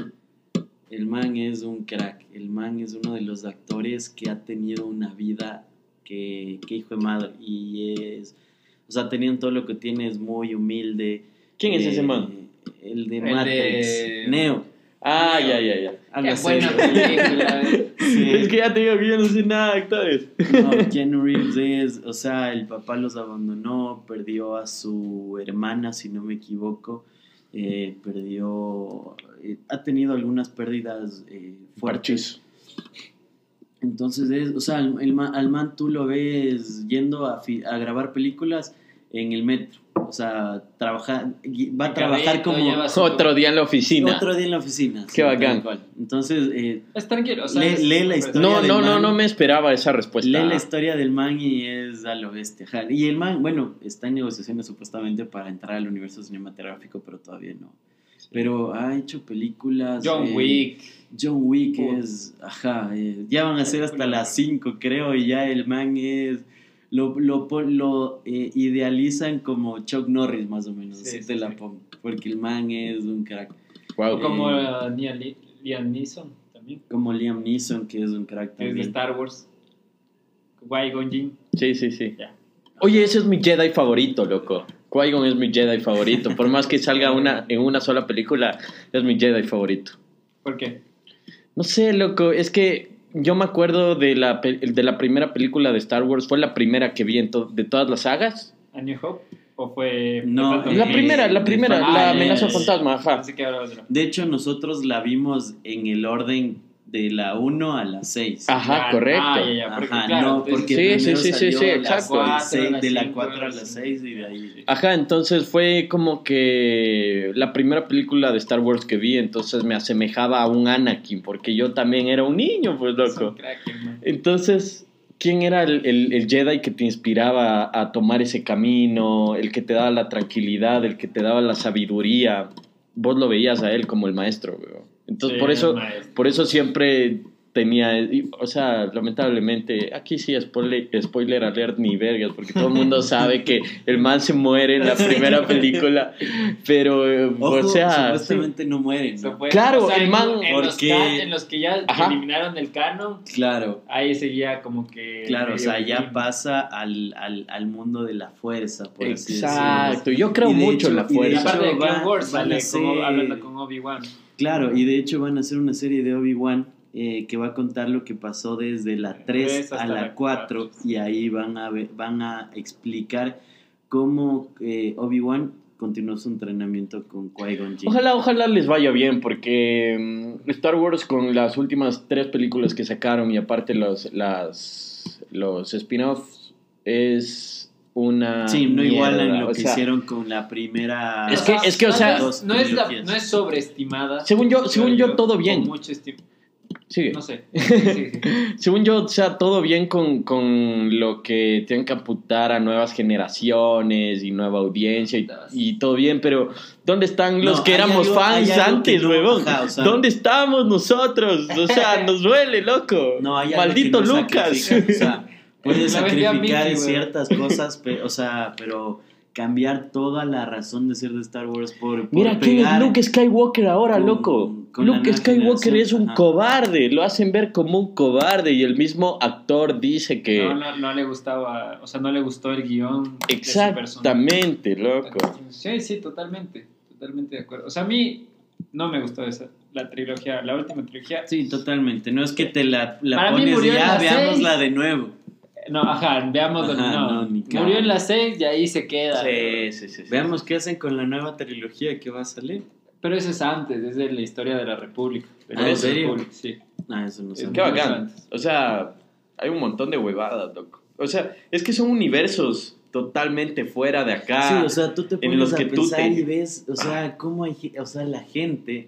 El man es un crack. El man es uno de los actores que ha tenido una vida que, que hijo de madre. Y es. O sea, teniendo todo lo que tiene, es muy humilde. ¿Quién es Eh, ese man? El de El Matrix. de- Neo. Ah, ya, ya, ya. Algo Qué así. buena película. eh. Sí. Es que ya te digo que yo no sé nada de actores. No, Keanu Reeves es, o sea, el papá los abandonó, perdió a su hermana, si no me equivoco, eh, perdió, eh, ha tenido algunas pérdidas eh, fuertes. Parchís. Entonces, es, o sea, el, el man- al man tú lo ves yendo a, fi- a grabar películas en el metro, o sea, trabajar, va a trabajar Carrito, como lleva su- Otro día en la oficina. otro día en la oficina. Qué sí, tal bacán. cual. Entonces, eh, Es tranquilo, o sea, Lee- es- lee la historia. No, del no, no, man. no me esperaba esa respuesta. lee la historia del man y es a lo bestia. ajá. Y el man, bueno, está en negociaciones supuestamente para entrar al universo cinematográfico, pero todavía no, pero ha hecho películas... John eh, Wick. John Wick Uf. es... Ajá, eh, ya van a ser hasta las cinco, creo, y ya el man es... Lo, lo, pon- lo eh, idealizan como Chuck Norris, más o menos, Sí, así sí, te la sí. pongo, porque el man es un crack. Wow. Como Eh, uh, Liam, Liam Neeson también. Como Liam Neeson, que es un crack Que es de también. Star Wars. Qui-Gon Jinn. Sí, sí, sí. Ya. Oye, ese es mi Jedi favorito, loco. Qui-Gon es mi Jedi favorito. Por más que salga una, en una sola película, es mi Jedi favorito. ¿Por qué? No sé, loco, es que yo me acuerdo de la, pe- de la primera película de Star Wars. Fue la primera que vi en to- de todas las sagas. ¿A New Hope? ¿O fue.? No, fue La Eh, primera, la de primera, Fan- la Ah, amenaza ya, ya, fantasma, ya. ajá. Pensé que hablabas de la. De hecho, nosotros la vimos en el orden de la uno a la seis. Ajá, Ah, correcto. Ah, ya, ya. Porque, Ajá, claro, no, entonces- porque Sí, primero sí, sí, sí, salió sí, la exacto. cuatro, Seis, de la cinco, cuatro a la cinco. seis y de ahí... Ajá, entonces fue como que la primera película de Star Wars que vi, entonces me asemejaba a un Anakin, porque yo también era un niño, pues Es un loco. crack, hermano. Entonces, ¿quién era el, el, el Jedi que te inspiraba a, a tomar ese camino, el que te daba la tranquilidad, el que te daba la sabiduría? Vos lo veías a él como el maestro, weón. Entonces, Sí, por eso, el maestro. por eso siempre tenía, y, o sea, lamentablemente, aquí sí, spoiler, spoiler alert ni vergas, porque todo el mundo sabe que el man se muere en la primera película, pero, eh, Ojo, o sea, sí. supuestamente no mueren, Se ¿no? fue- Claro, el en, man, en los, porque- can- en los que ya Ajá. eliminaron el canon, Claro, ahí seguía como que. claro, o medio sea, ya bien. pasa al, al, al mundo de la fuerza, por así decirlo. Exacto, yo creo Y de mucho hecho- en la y de Y fuerza. aparte de hecho, Clone van- Wars van sale a como ser- hablando con Obi-Wan. Claro, y de hecho van a hacer una serie de Obi-Wan eh, que va a contar lo que pasó desde la tres tres a hasta la la cuatro cuatro. y ahí van a, ver- van a explicar cómo eh, Obi-Wan continuó su entrenamiento con Qui-Gon Jinn. Ojalá, ojalá les vaya bien, porque mm, Star Wars con las últimas tres películas que sacaron y aparte los, las, los spin-offs es una Sí, no mierda, igualan lo o que sea, hicieron con la primera... Es que- es que, o sea, no dos es, no, es la- trilogías. no es sobreestimada. Según yo- según yo, creo todo bien. Con mucho estim- sigue. No sé. Sí, sí, sí. Según yo, o sea, todo bien con, con lo que tienen que apuntar a nuevas generaciones y nueva audiencia y, y todo bien, pero ¿dónde están los No, que hay éramos algo- fans hay algo antes, que no, huevón? ajá, o sea- ¿Dónde estamos nosotros? O sea, nos duele, loco. No, hay algo Maldito que no Lucas. sacrifican, o sea, puedes La vendía sacrificar Mickey, en güey. ciertas cosas, pero, o sea, pero cambiar toda la razón de ser de Star Wars por, por Mira, ¿quién es pegar Luke Skywalker ahora, con- loco? con la Luke nueva Skywalker generación, es un ajá. cobarde, lo hacen ver como un cobarde y el mismo actor dice que... No, no, no le gustaba, o sea, no le gustó el guión. de su personaje. Exactamente, loco. Sí, sí, totalmente, totalmente de acuerdo. O sea, a mí no me gustó esa, la trilogía, la última trilogía. Sí, totalmente. No es que te la, la Para mí pones y murió en ya la veámosla seis. de nuevo. No, ajá, veamos, Ajá, no, no, ni murió cago. en la seis y ahí se queda. Sí, sí, sí. sí. Veamos qué hacen con la nueva trilogía que va a salir. Pero eso es antes, es de la historia de la República. De la Ah, ¿en Vieja serio? República, sí. Ah, eso no Es sé. Qué bacán. antes. O sea, hay un montón de huevadas, loco. O sea, es que son universos totalmente fuera de acá. Sí, o sea, tú te en pones los a que tú pensar te- y ves, o sea, cómo hay, ge- o sea, la gente...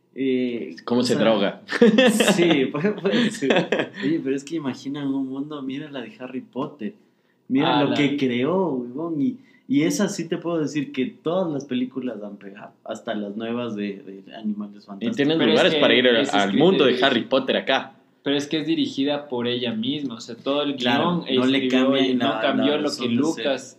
eh, ¿Cómo o se sea, droga? Sí, puede, puede ser. Oye, pero es que imaginan un mundo, mira la de Harry Potter, mira Ah, lo la- que creó, huevón, y, y esa sí te puedo decir que todas las películas han pegado, hasta las nuevas de, de Animales Y Fantásticos. tienen Pero es lugares que para ir es al escrito mundo de y- Harry Potter acá. Pero es que es dirigida por ella misma, o sea, todo el Claro, guión no le escribió cambian ella, la- no cambió la lo razón que de Lucas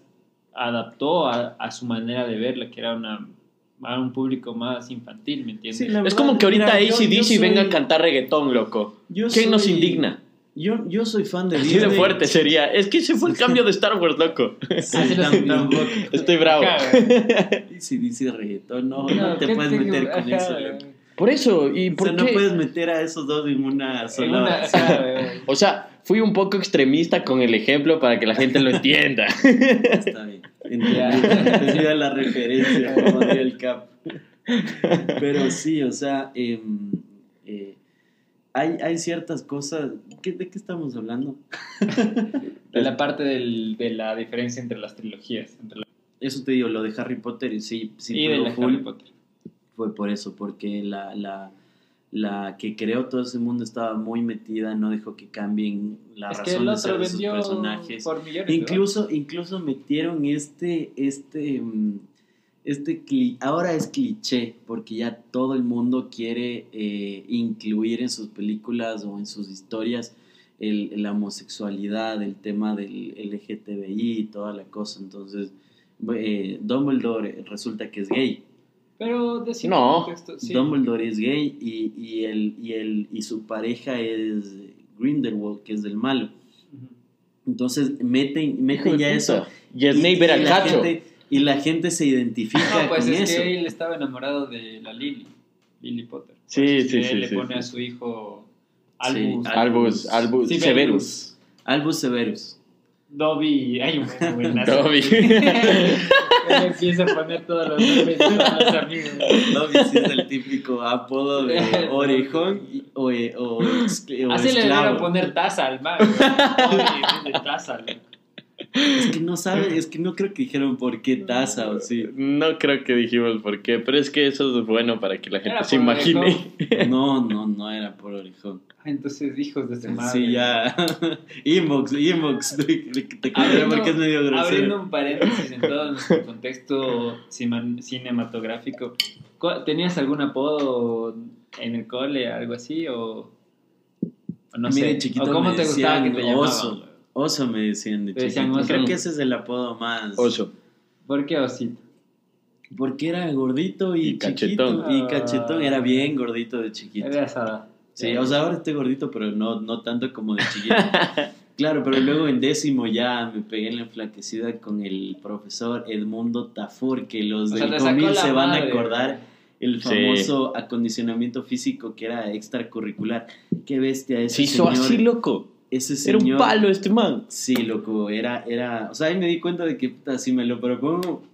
adaptó a, a su manera de verla, que era una a un público más infantil, ¿me entiendes? Sí, la Es verdad, como que ahorita mira, yo- A C/D C yo soy- venga a cantar reggaetón, loco. yo ¿Quién nos soy- indigna? Yo, yo soy fan de Así de Disney. fuerte sería. Es que ese fue el cambio de Star Wars, loco. Sí, Así lo también. sentamos. Estoy bravo. Ajá, güey. Si dice reggaetón, no, no, No, te ¿qué puedes te- meter con ajá, eso. güey. loco. Por eso, ¿y O por sea, qué? no puedes meter a esos dos en una En sola una- oración. ajá, güey. O sea, fui un poco extremista con el ejemplo para que la gente lo entienda. Está bien. Ya. Entendí la referencia, como diría el Cap. Pero sí, o sea, eh, eh, hay, hay ciertas cosas. ¿qué, ¿De qué estamos hablando? De la parte del, de la diferencia entre las trilogías. Entre la- Eso te digo, lo de Harry Potter, y sí, sí y de pegó la full. Harry Potter. Fue por eso, porque la, la, la que creó todo ese mundo estaba muy metida, no dejó que cambien la Es que razón el de ser otro de sus vendió personajes. por millones. ¿verdad? Incluso, incluso metieron este, este, mm, este cli- ahora es cliché, porque ya todo el mundo quiere eh, incluir en sus películas o en sus historias el, la homosexualidad, el tema del L G T B I y toda la cosa. Entonces, eh, Dumbledore resulta que es gay. Pero decir No. contexto, sí. Dumbledore es gay y, y, el, y, el, y su pareja es Grindelwald, que es del malo. Ujú. Entonces meten, Hijo meten de ya puta. eso. Y Snape era la cacho. gente, y la gente se identifica No, pues con es eso. que él estaba enamorado de la Lily, Lily Potter. Por Sí, eso es sí, que sí, él le sí, pone sí, a sí. su hijo Sí, Albus, Albus, Albus Severus. Severus. Albus Severus. Dobby, hay un buen buenazo. Dobby. Él empieza a poner todos los nombres de todos los amigos. Dobby sí es el típico apodo de orejón y- o, eh, o, ex- o Así le esclavo. debieron poner taza al man. Dobby, de taza. Es que no sabe, es que no creo que dijeron por qué taza o sí. No creo que dijimos por qué, pero es que eso es bueno para que la gente Era se por imagine. No, no, no era por orejón. Entonces, hijos de su madre. Sí, ya. Inbox, inbox. Te te contaré porque es medio Abriendo grosero. un paréntesis en todo nuestro contexto cima- cinematográfico, ¿cu- ¿tenías algún apodo en el cole, algo así? ¿O, o no A mí sé? de chiquito ¿O cómo me te gustaba que decían te llamaban? oso. Oso me decían de Te decían chiquito. oso. Creo que ese es el apodo más. Oso. ¿Por qué osito? Porque era gordito y, Y chiquito. cachetón. Y cachetón. Era bien gordito de chiquito. Era esa. Sí, o sea, ahora estoy gordito, pero no, no tanto como de chiquito. Claro, pero luego en décimo ya me pegué en la enflaquecida con el profesor Edmundo Tafur, que los O sea, del te sacó Comil la se van a madre. acordar. El Sí. famoso acondicionamiento físico que era extracurricular. Qué bestia ese Se hizo señor. así, loco. Ese Era señor. un palo este man. Sí, loco, era, era, o sea, ahí me di cuenta de que, puta, si me lo propongo,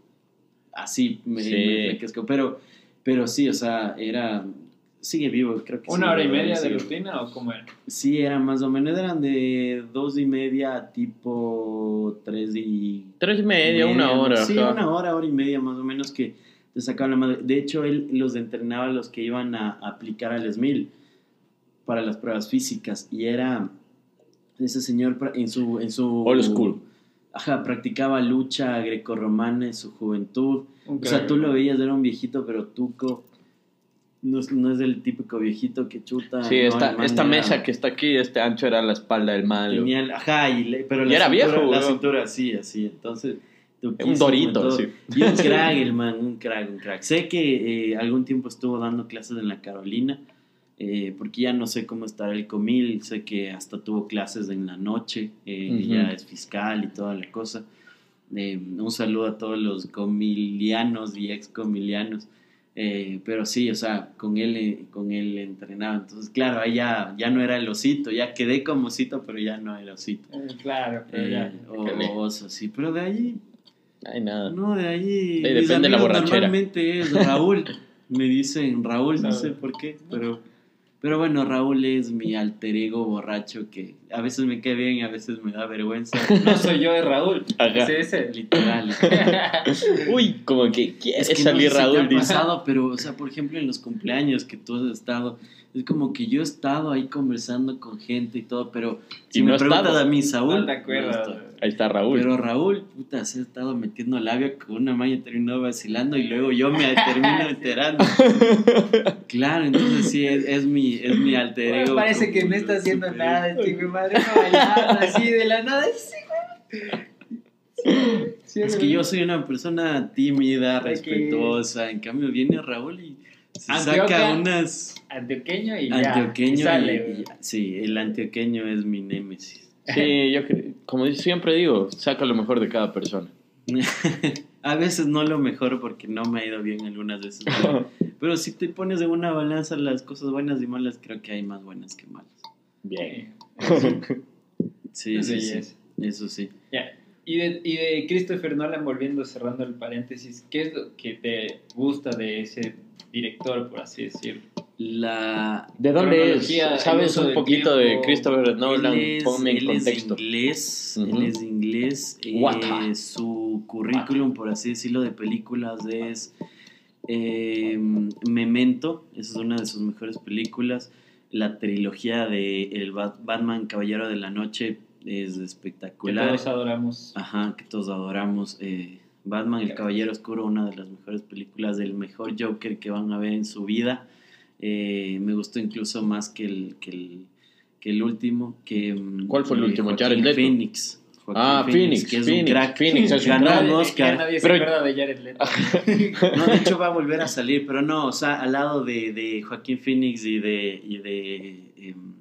así me, Sí. me enflaquezco, pero, pero sí, o sea, era, sigue vivo, creo que ¿Una sí, hora y todavía media de sigue. rutina o cómo era? Sí, era más o menos, eran de dos y media a tipo tres y Tres y media, una hora. Sí, ajá. una hora, hora y media más o menos que te sacaban la madre. De hecho, él los entrenaba a los que iban a aplicar al S M I L para las pruebas físicas y era ese señor pra- en su en su Old school. Ajá, practicaba lucha grecorromana en su juventud. Un O sea, crack. tú lo veías, era un viejito pero tuco. No, es- no es el típico viejito que chuta. Sí, no, esta, el man esta era- mesa que está aquí, este ancho era la espalda del malo. tenía el- ajá, y le- pero Y la era cintura, viejo, la weón. cintura así, así. Entonces, tuquísimo Un dorito, y todo. sí. Y un crack, el man, un crack, un crack. Sé que eh, algún tiempo estuvo dando clases en la Carolina, eh, porque ya no sé cómo estará el Comil. Sé que hasta tuvo clases en la noche, eh, Ujú. ya es fiscal y toda la cosa. Eh, un saludo a todos los comilianos y ex comilianos. Eh, pero sí, o sea, con él, eh, con él entrenaba. Entonces, claro, ahí ya, ya no era el osito, ya quedé como osito, pero ya no era osito. Eh, Claro, pero Eh, ya. o, Qué o oso, sí, pero de ahí, Ay, nada. no, de ahí. De ahí mis depende la amigos borrachera. Normalmente es Raúl, me dicen Raúl, no sé por qué, pero, pero bueno, Raúl es mi alter ego borracho que a veces me cae bien y a veces me da vergüenza. No soy yo, es Raúl. Ajá. Sí, ese. Literal. literal. Uy, como que quiere Es que salir no sé si te Raúl. ha dice. pasado, pero, o sea, por ejemplo, en los cumpleaños que tú has estado, es como que yo he estado ahí conversando con gente y todo, pero si Y me no has preguntas estado. a mí, Saúl, No te acuerdas. no estoy. Ahí está Raúl. Pero Raúl, puta, se ha estado metiendo labio con una malla y terminó vacilando y luego yo me termino enterando. Claro, entonces sí, es, es mi, es mi alter Bueno, ego. parece que como no está haciendo super- nada, este güey madre, no bailando así de la nada. Sí, güey. Sí, sí, Es que güey. yo soy una persona tímida, De que- respetuosa. En cambio, viene Raúl y se Antioquia, saca unas. Antioqueño y ya. Antioqueño. y sale, y- güey. y- sí, el antioqueño es mi némesis. Sí, yo cre- como siempre digo, saca lo mejor de cada persona. A veces no lo mejor porque no me ha ido bien algunas veces. Pero, pero si te pones en una balanza las cosas buenas y malas, creo que hay más buenas que malas. Bien. Sí, Es sí, sí. belleza. Eso sí. Ya. Y de, y de Christopher Nolan, volviendo, cerrando el paréntesis, ¿qué es lo que te gusta de ese director, por así decirlo? La, ¿De dónde Cronología, es? el ¿Sabes uso un del poquito de tiempo. Christopher Nolan? él es, Ponme en él es contexto. inglés, Ujú. él es inglés. eh, Guata. su currículum, por así decirlo, de películas es eh, Memento, esa es una de sus mejores películas. La trilogía de el Bat- Batman Caballero de la Noche es Que espectacular. todos adoramos. Ajá, que todos adoramos. eh, Batman, El Caballero Oscuro, una de las mejores películas, del mejor Joker que van a ver en su vida. Eh, me gustó incluso más que el, que el, que el último. Que, ¿Cuál fue el eh, último? Joaquin Jared Leto. Phoenix. Joaquin Ah, Phoenix, que es Phoenix, un crack. Phoenix es un Ganó crack. un Ya Oscar. nadie Pero- se acuerda de Jared Leto. No, de hecho va a volver a salir, pero no, o sea, al lado de, de Joaquín Phoenix y de, y de em,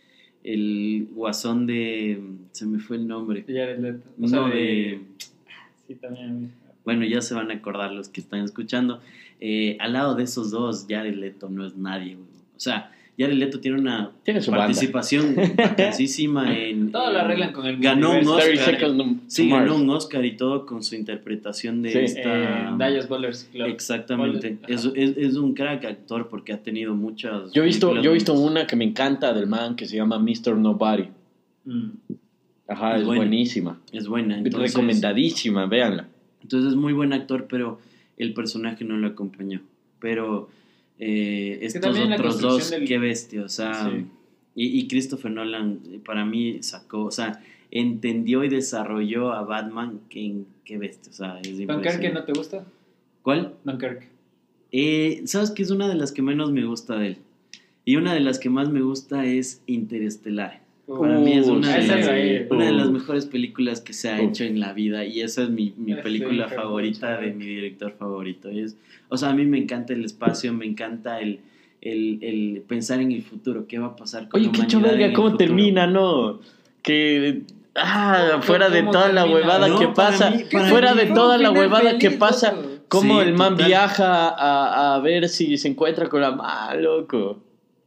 el guasón de, se me fue el nombre, De Jared Leto. O no sea, de, de... Sí, también a mí. bueno, ya se van a acordar los que están escuchando, eh, al lado de esos dos, Jared Leto no es nadie, güey. O sea, Jared Leto tiene una Tiene su banda. participación bacanísima en... Todo lo en- arreglan con el ganó un universo. thirty Oscar. Seconds to Sí, Mars. ganó un Oscar y todo con su interpretación de Sí. esta... Eh, Dallas Bowlers Club. Exactamente, Bowlers- es, es, es un crack actor porque ha tenido muchas... Yo he visto, películas yo he visto buenas. una que me encanta del man que se llama mister Nobody. Mm. Ajá, Es es, buena. buenísima. Es buena, entonces, Recomendadísima, véanla. entonces es muy buen actor, pero el personaje no lo acompañó. Pero eh, que estos también la otros construcción dos, del- qué bestia, o sea... Sí. Y, y Christopher Nolan eh, para mí sacó, o sea, entendió y desarrolló a Batman, que, qué bestia, o sea, es ¿Dunkirk impresionante. no te gusta? ¿Cuál? Dunkirk. Eh, ¿Sabes qué es una de las que menos me gusta de él? Y una de las que más me gusta es Interestelar. Para mí es una, Uh, de esa las, iba a ir. una de las Uh. mejores películas que se ha Uh. hecho en la vida y esa es mi, mi Sí, película pero favorita mucho. de mi director favorito. Y es, o sea, a mí me encanta el espacio, me encanta el, el, el pensar en el futuro, qué va a pasar con Oye, la qué humanidad en choverga, el ¿cómo futuro. termina, no? Que... Ah, ¿Cómo- fuera de cómo toda la termina? huevada No, que para pasa, mí- para fuera mí de fue toda un la final huevada feliz, que pasa, loco. cómo Sí, el man total. viaja a, a ver si se encuentra con la ma, loco.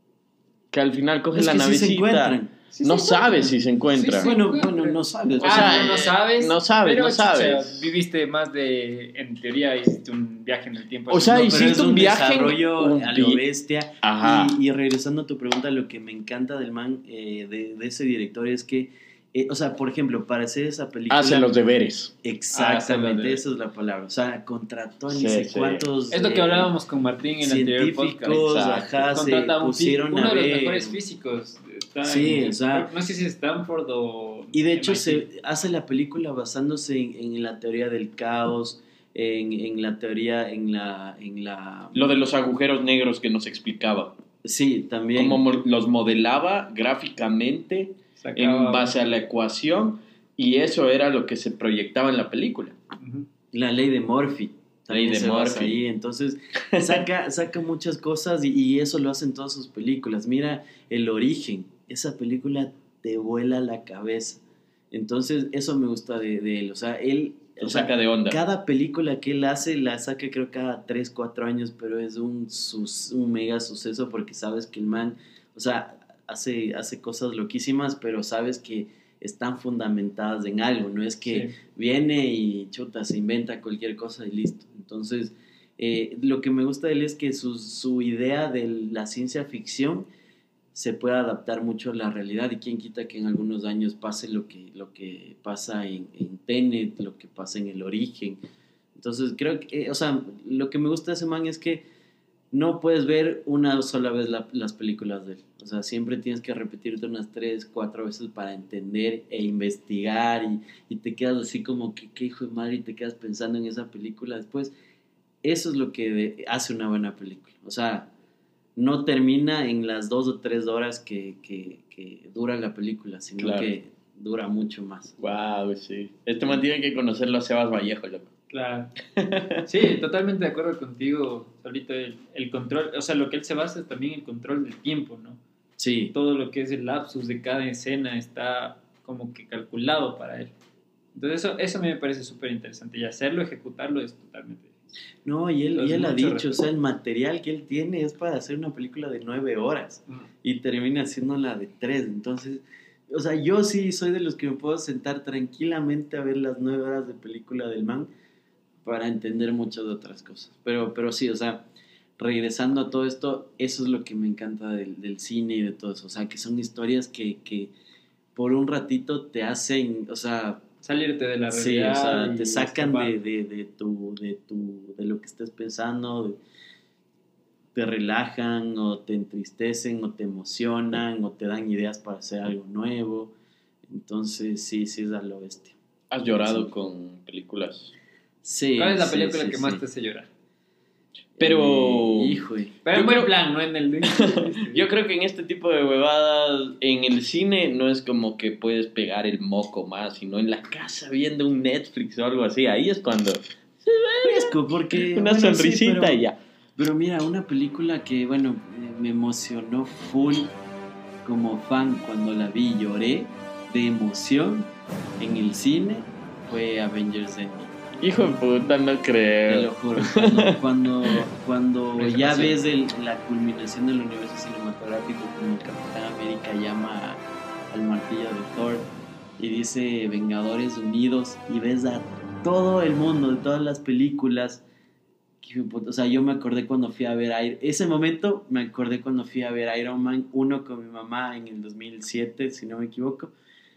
Que al final coge Es la que sí se navecita. encuentran. Sí no se sabe encuentran. si se encuentra. Sí, sí. Bueno, bueno, no sabes. O Ah, sea, no, no eh, sabes. no sabes, pero, no chucha, sabes. viviste más de. En teoría, hiciste un viaje en el tiempo. O sea, No, y pero hiciste es un viaje en- desarrollo un a vi- lo bestia. Ajá. Y, y regresando a tu pregunta, lo que me encanta del man, eh, de, de ese director, es que, eh, o sea, por ejemplo, para hacer esa película... Hace los deberes. Hace los Exactamente, deberes. esa es la palabra. O sea, contrató a ni Sí, sé sí. cuántos... Es lo que eh, hablábamos con Martín en el anterior podcast. científicos, Exacto. ajá, se Contrata a un fí- pusieron uno a de los ver... mejores físicos. Está Sí, en- o sea- no sé si es Stanford o. Y de hecho M I T. se hace la película basándose en, en la teoría del caos, en, en la teoría, en la, en la... Lo de los agujeros negros que nos explicaba. Sí, también. Cómo mo- los modelaba gráficamente Sacaba- en base a la ecuación y eso era lo que se proyectaba en la película. Ujú. La ley de Murphy. También Ley de se basa Murphy. ahí. Entonces, saca, saca muchas cosas y, y eso lo hacen todas sus películas. Mira, El Origen. Esa película te vuela la cabeza. Entonces, eso me gusta de, de él. O sea, él... Lo o sea, saca de onda. cada película que él hace la saca creo cada tres, cuatro años, pero es un, sus- un mega suceso porque sabes que el man, o sea, hace, hace cosas loquísimas, pero sabes que están fundamentadas en algo, no es que Sí. viene y chuta, se inventa cualquier cosa y listo. Entonces, eh, lo que me gusta de él es que su, su idea de la ciencia ficción se puede adaptar mucho a la realidad y quién quita que en algunos años pase lo que, lo que pasa en, en Tenet, lo que pasa en El Origen. Entonces creo que, eh, o sea, lo que me gusta de ese man es que no puedes ver una sola vez la- las películas de él. O sea, siempre tienes que repetirte unas tres, cuatro veces para entender e investigar y, y te quedas así como que qué hijo de madre y te quedas pensando en esa película después. Eso es lo que de- hace una buena película. O sea, no termina en las dos o tres horas que, que, que dura la película, sino Claro. que dura mucho más. Wow, sí. Este man tiene que conocerlo a Sebas Vallejo, loco. Claro. Sí, totalmente de acuerdo contigo, Solito. El, el control, o sea, lo que él se basa es también el control del tiempo, ¿no? Sí, Todo lo que es el lapsus de cada escena está como que calculado para él. Entonces, eso, eso a mí me parece súper interesante. Y hacerlo, ejecutarlo es totalmente difícil. no, y él, y Entonces, él ha mucho dicho, o sea, el material que él tiene es para hacer una película de nueve horas y termina haciéndola de tres. Entonces, o sea, yo sí soy de los que me puedo sentar tranquilamente a ver las nueve horas de película del man para entender muchas otras cosas. Pero, pero sí, o sea, regresando a todo esto, eso es lo que me encanta del, del cine y de todo eso. O sea, que son historias que, que por un ratito te hacen, o sea, Salirte de la sí, o realidad. sea, y te sacan escapar. de, de, de, tu, de, tu, de lo que estés pensando, de- te relajan o te entristecen o te emocionan o te dan ideas para hacer algo nuevo. Entonces, sí, sí es a lo bestia. ¿Has llorado Sí. con películas? Sí, ¿Cuál es la sí, película sí, que más sí. te hace llorar? Pero... Eh, hijo. Pero Yo en buen creo- plan, no en el... Yo creo que en este tipo de huevadas, en el cine no es como que puedes pegar el moco más, sino en la casa viendo un Netflix o algo así. Ahí es cuando Fresco, porque... una bueno, sí, sonrisita pero- y ya. Pero mira, una película que, bueno, eh, me emocionó full como fan cuando la vi, lloré de emoción en el cine, fue Avengers Endgame. Hijo de puta, no Te creo. lo juro. Cuando, cuando, cuando Me ya emocionó. ves el- la culminación del universo cinematográfico, como el Capitán América llama al martillo de Thor y dice Vengadores Unidos, y ves a todo el mundo de todas las películas. Que, o sea, yo me acordé cuando fui a ver Iron ese momento me acordé cuando fui a ver Iron Man uno con mi mamá en el dos mil siete, si no me equivoco.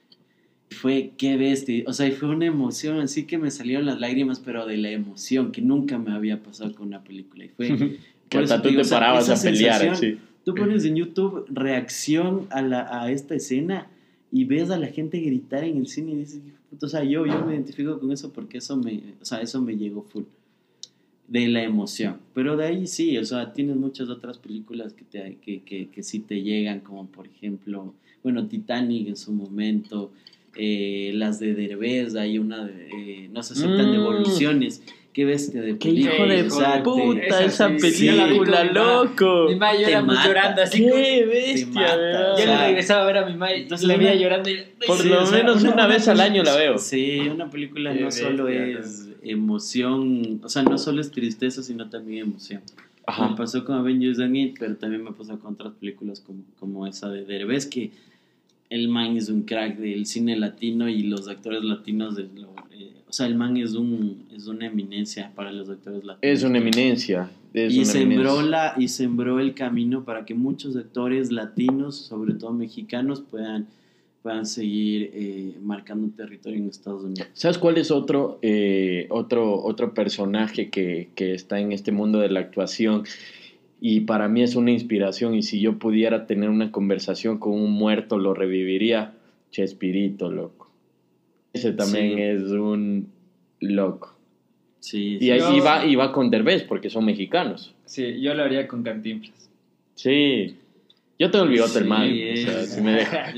Fue qué bestia, o sea, y fue una emoción así que me salieron las lágrimas, pero de la emoción que nunca me había pasado con una película. Y fue Que por eso hasta te tú digo, te o sea, parabas esa a pelear, sensación, sí. tú pones en YouTube reacción a, la, a esta escena y ves a la gente gritar en el cine y dices, puto, o sea, yo, yo me identifico con eso porque eso me, o sea, eso me llegó full de la emoción. Pero de ahí sí, o sea, tienes muchas otras películas que, te, que, que, que sí te llegan, como por ejemplo, bueno, Titanic en su momento, eh, las de Derbez, hay una de, eh, no se aceptan Mm. devoluciones. Qué bestia de ¡Qué hijo de hijo de puta Esa esa sí, sí, yo la vi con película, mi ma. loco! Mi ma Te lloramos mata. llorando así. como- ¡Qué Te bestia, mata, ¿verdad? o Yo le sea, regresaba a ver a mi ma y entonces la veía una- llorando y... Por Sí, lo o sea, menos una vez al año la veo. Sí, una película Qué no solo bestia, es emoción, o sea, no solo es tristeza, sino también emoción. Me Ajá. pasó con Avengers Endgame, pero también me pasó con otras películas como, como esa de Derbez, que el man es un crack del cine latino y los actores latinos, de lo- eh, o sea, el man es, un, es una eminencia para los actores latinos. Es una eminencia. Es Y una sembró, eminencia. la, y sembró el camino para que muchos actores latinos, sobre todo mexicanos, puedan, puedan seguir eh, marcando territorio en Estados Unidos. ¿Sabes cuál es otro, eh, otro, otro personaje que, que está en este mundo de la actuación? Y para mí es una inspiración. Y si yo pudiera tener una conversación con un muerto, lo reviviría. Chespirito, loco. Ese también Sí. es un loco. Sí, Y, sí. ahí- Yo- y va, y va con Derbez, porque son mexicanos. Sí, yo lo haría con Cantinflas. Sí. Yo tengo el bigote, Sí, hermano. es- O sea, si me deja.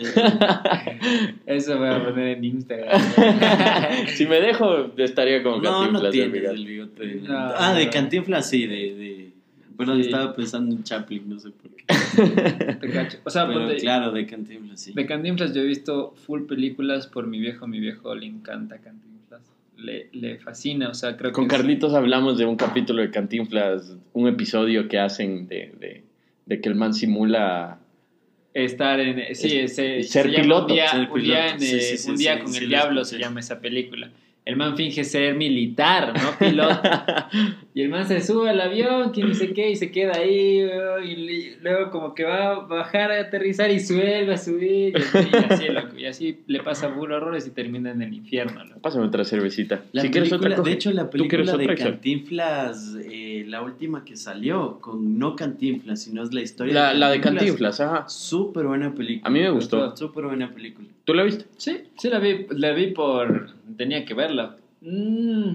Eso voy a poner en Instagram. Si me dejo, estaría con No, Cantinflas. no el tienes bigote. el bigote. No, ah, de no. Cantinflas, sí, de... de... Perdón, Sí. estaba pensando en Chaplin, no sé por qué. Te cacho. O sea, Pero ponte- claro, de Cantinflas, sí. de Cantinflas yo he visto full películas por mi viejo. Mi viejo le encanta Cantinflas. Le, le fascina, o sea, creo Con que... es- Carlitos hablamos de un capítulo de Cantinflas, un episodio que hacen de, de, de que el man simula... Estar en... Sí, Es- ese, ser se llama piloto, Un día, ser un día, piloto. en, Sí, eh, sí, sí, un día sí, con sí el lo diablo escuché. se llama esa película. El man finge ser militar, no piloto. Y el man se sube al avión, que ni sé qué, y se queda ahí, weón, y le- luego como que va a bajar a aterrizar y vuelve a subir, y así, y así, loco, y así le pasa burro horrores y termina en el infierno, loco. Pásame otra cervecita. La si quieres película, otra, coge. de hecho, la ¿Tú quieres película de otra, Axel? Cantinflas, eh, la última que salió, con no Cantinflas, sino es la historia La, la de Cantinflas, ajá. Súper buena película. A mí me gustó. Súper buena película. ¿Tú la viste? Sí, sí la vi, la vi por... tenía que verla. Mm,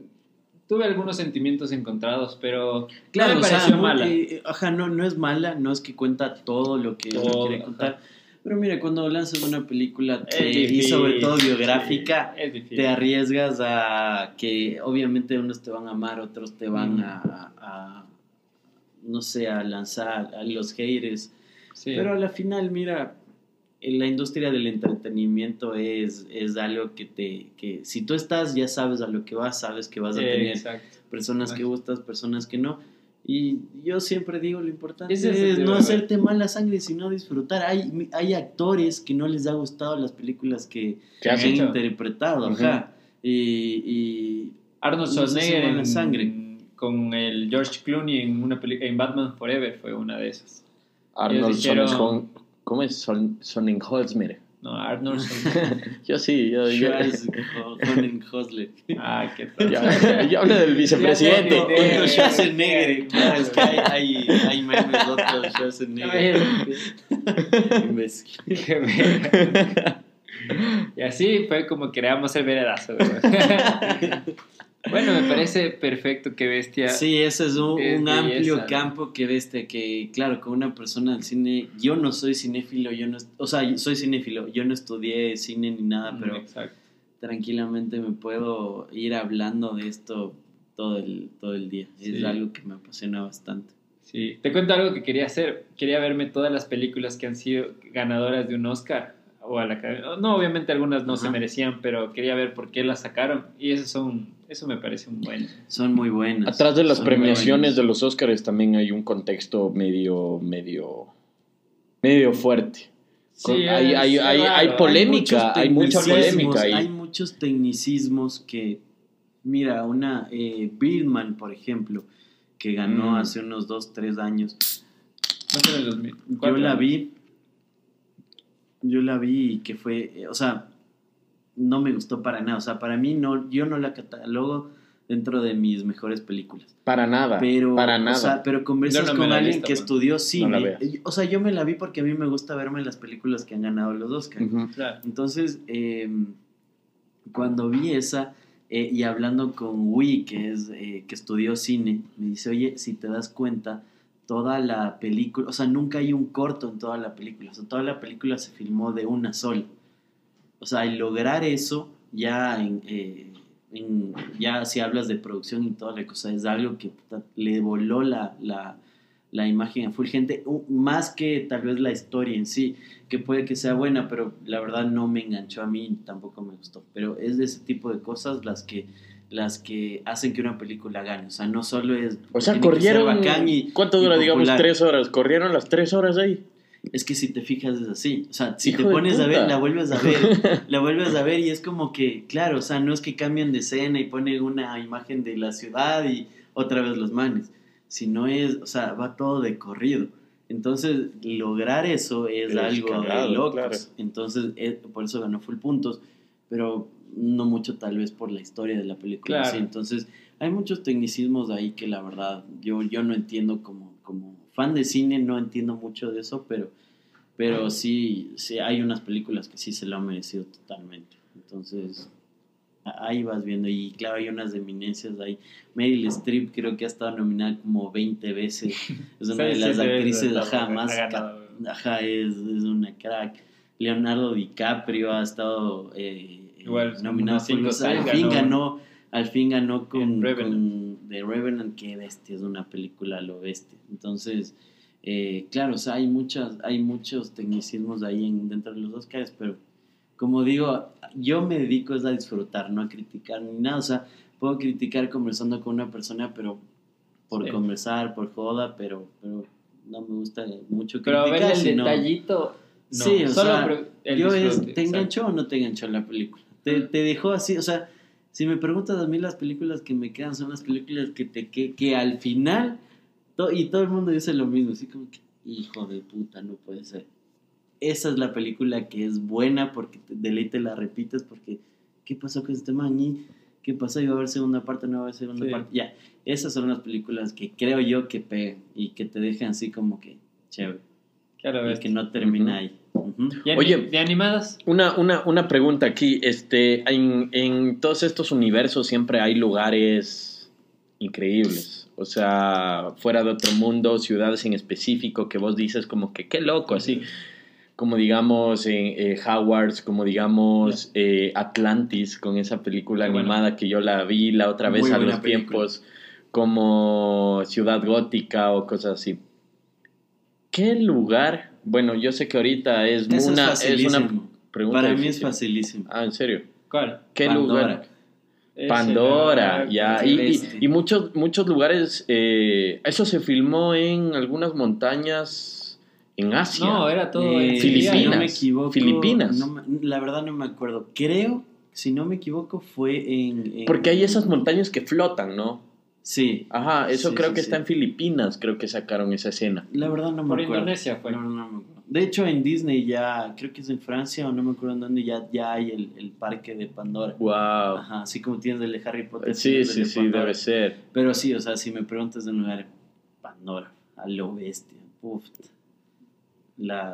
tuve algunos sentimientos encontrados, pero Claro, no me o sea, pareció no, mala. eh, ajá, no, no es mala, no es que cuenta todo lo que uno Todo, quiere contar. Pero mira, cuando lanzas una película Es eh, y difícil, sobre todo biográfica, sí, es difícil. te arriesgas a que obviamente unos te van a amar, otros te van Mm. a, a- a, no sé, a lanzar a los haters. Sí. Pero a la final, mira, en la industria del entretenimiento es, es algo que te, que si tú estás, ya sabes a lo que vas, sabes que vas a Eh, tener exacto. personas que gustas, personas que no. Y yo siempre digo, lo importante Ese es es, el tema, no güey. hacerte mala sangre, sino disfrutar. Hay, hay actores que no les ha gustado las películas que, ¿Qué que has han hecho? interpretado, Ujú. ajá. Y, y Arnold no se Schwarzenegger suman la en- sangre. con el George Clooney en una peli- en Batman Forever fue una de esas. Arnold Ellos dijeron- Schwarzenegger. ¿Cómo es? Son, Sonnenholzmer. No, Arnold Schwarzenegger. Yo sí, yo, yo, Schwarzenegger. Ah, qué tal. yo, yo hablo del vicepresidente. Ya, ya, ya. Otro Schwarzenegger. Claro, es que hay, hay, hay memes, otro Schwarzenegger. Imbécil. Qué verga. Y así fue como creamos el veredazo. güey. Bueno, me parece perfecto que Bestia. Sí, ese es un, es un belleza, amplio ¿no? campo que Bestia, que claro, con una persona del cine, yo no soy cinéfilo, yo no, o sea, soy cinéfilo, yo no estudié cine ni nada, Mm, pero Exacto. tranquilamente me puedo ir hablando de esto todo el, todo el día. Es Sí. algo que me apasiona bastante. Sí. Te cuento algo que quería hacer. Quería verme todas las películas que han sido ganadoras de un Oscar o a la academia. No, obviamente algunas no Ajá. se merecían, pero quería ver por qué las sacaron. Y eso son, eso me parece un buen. Son muy buenas. Atrás de las son muy premiaciones buenas. de los Oscars también hay un contexto medio, medio, medio fuerte. Con- Sí, hay, es- hay, es hay, raro. hay Hay polémica, hay, mucha tecnicismos, polémica ahí. Hay muchos tecnicismos que, mira, una eh, Birdman, por ejemplo, que ganó Mm. hace unos dos, tres años. Va a ser el dos mil Yo cuatro. la vi, yo la vi y que fue, eh, o sea, no me gustó para nada. O sea, para mí no, yo no la catalogo dentro de mis mejores películas. Para nada, Pero, para o nada. sea, pero conversas Yo no me con la he alguien visto, que man. estudió No la cine. veas. Y- o sea, yo me la vi porque a mí me gusta verme las películas que han ganado los Oscars. Ujú. Claro. Entonces, eh, cuando vi esa, eh, y hablando con Wii, que, es, eh, que estudió cine, me dice, oye, si te das cuenta, toda la película, o sea, nunca hay un corto en toda la película, o sea, toda la película se filmó de una sola. O sea, y lograr eso, ya en, eh, en- ya si hablas de producción y toda la cosa, es algo que puta, le voló la, la, la imagen a full gente, u- más que tal vez la historia en sí, que puede que sea buena, pero la verdad no me enganchó a mí, tampoco me gustó. Pero es de ese tipo de cosas las que, las que hacen que una película gane. O sea, no solo es... O sea, tiene que ser corrieron. bacán y- ¿Cuánto y dura, digamos, popular. tres horas? ¿Corrieron las tres horas ahí? Es que si te fijas es así, o sea, si Hijo te de pones a puta. ver, la vuelves a ver, la vuelves a ver y es como que, claro, o sea, no es que cambian de escena y ponen una imagen de la ciudad y otra vez los manes, sino es, o sea, va todo de corrido. Entonces, lograr eso es, Es algo cagado, de locos. claro. Entonces, eh, por eso ganó full puntos, pero no mucho tal vez por la historia de la película. Claro. Sí, entonces, hay muchos tecnicismos ahí que la verdad yo, yo no entiendo como, como fan de cine, no entiendo mucho de eso, pero, pero sí, sí hay unas películas que sí se lo han merecido totalmente. Entonces, a- ahí vas viendo. Y claro, hay unas eminencias ahí. Meryl Streep creo que ha estado nominada como veinte veces. Es una Sí, de sí, las sí, actrices, sí, ajá, ha más... ganado. ca- Ajá, es, es una crack. Leonardo DiCaprio ha estado eh, Igual, eh, nominado. unas cinco, por- o sea, al seis fin ganó. ganó, al fin ganó con, En Revenant. con The Revenant, que bestia, es una película a lo bestia. Entonces, eh, claro, o sea, hay muchas, hay muchos tecnicismos ahí en, dentro de los Oscars, pero como digo, yo me dedico es a disfrutar, no a criticar ni nada. O sea, puedo criticar conversando con una persona, pero por Sí. conversar, por joda, pero, pero no me gusta mucho Pero criticar. verle el sino- detallito. No, Sí, o solo sea, pre- el yo disfrute, es, ¿te exacto. enganchó o no te enganchó la película? Te, te dejó así, o sea, si me preguntas a mí, las películas que me quedan son las películas que te que, que al final, to- y todo el mundo dice lo mismo, así como que, hijo de puta, no puede ser. Esa es la película que es buena porque te deleite, la repites, porque ¿qué pasó con este man? ¿Y qué pasó? ¿Iba a haber segunda parte? ¿No va a haber segunda Sí. parte? Ya, esas son las películas que creo yo que pegan y que te dejan así como que chévere. Claro, Y ves. que no termina Ujú. ahí. Ujú. ¿Y ani- Oye. ¿de animadas? Una, una, una pregunta aquí. Este, en, en todos estos universos siempre hay lugares increíbles. O sea, fuera de otro mundo, ciudades en específico que vos dices como que qué loco, así. Como digamos en eh, Howards, como digamos eh, Atlantis, con esa película Qué bueno. animada que yo la vi la otra vez Muy a buena los película. tiempos, como Ciudad Gótica o cosas así. ¿Qué lugar? Bueno, yo sé que ahorita es Eso una, es es una facilísimo. pregunta Para mí es difícil. facilísimo. Ah, ¿en serio? ¿Cuál? ¿Qué Pandora. lugar? Ese Pandora, lugar, ya. qué Y, y, bestia. y muchos, muchos lugares, eh, eso se filmó en algunas montañas en Asia. No, era todo Eh, en Filipinas. Si no me equivoco. Filipinas. no me- la verdad no me acuerdo. Creo, si no me equivoco, fue en. en- Porque hay esas montañas que flotan, ¿no? Sí. Ajá, eso Sí, creo sí, que sí. está en Filipinas, creo que sacaron esa escena. La verdad no me Por acuerdo. Indonesia fue. No, no, no me acuerdo. De hecho, en Disney ya, creo que es en Francia o no me acuerdo en dónde, ya, ya hay el, el parque de Pandora. Wow. Ajá, así como tienes el de Harry Potter. Sí, tienes sí, el de sí, Pandora. debe ser. Pero sí, o sea, si me preguntas de un lugar, Pandora, a lo bestia, uf, la,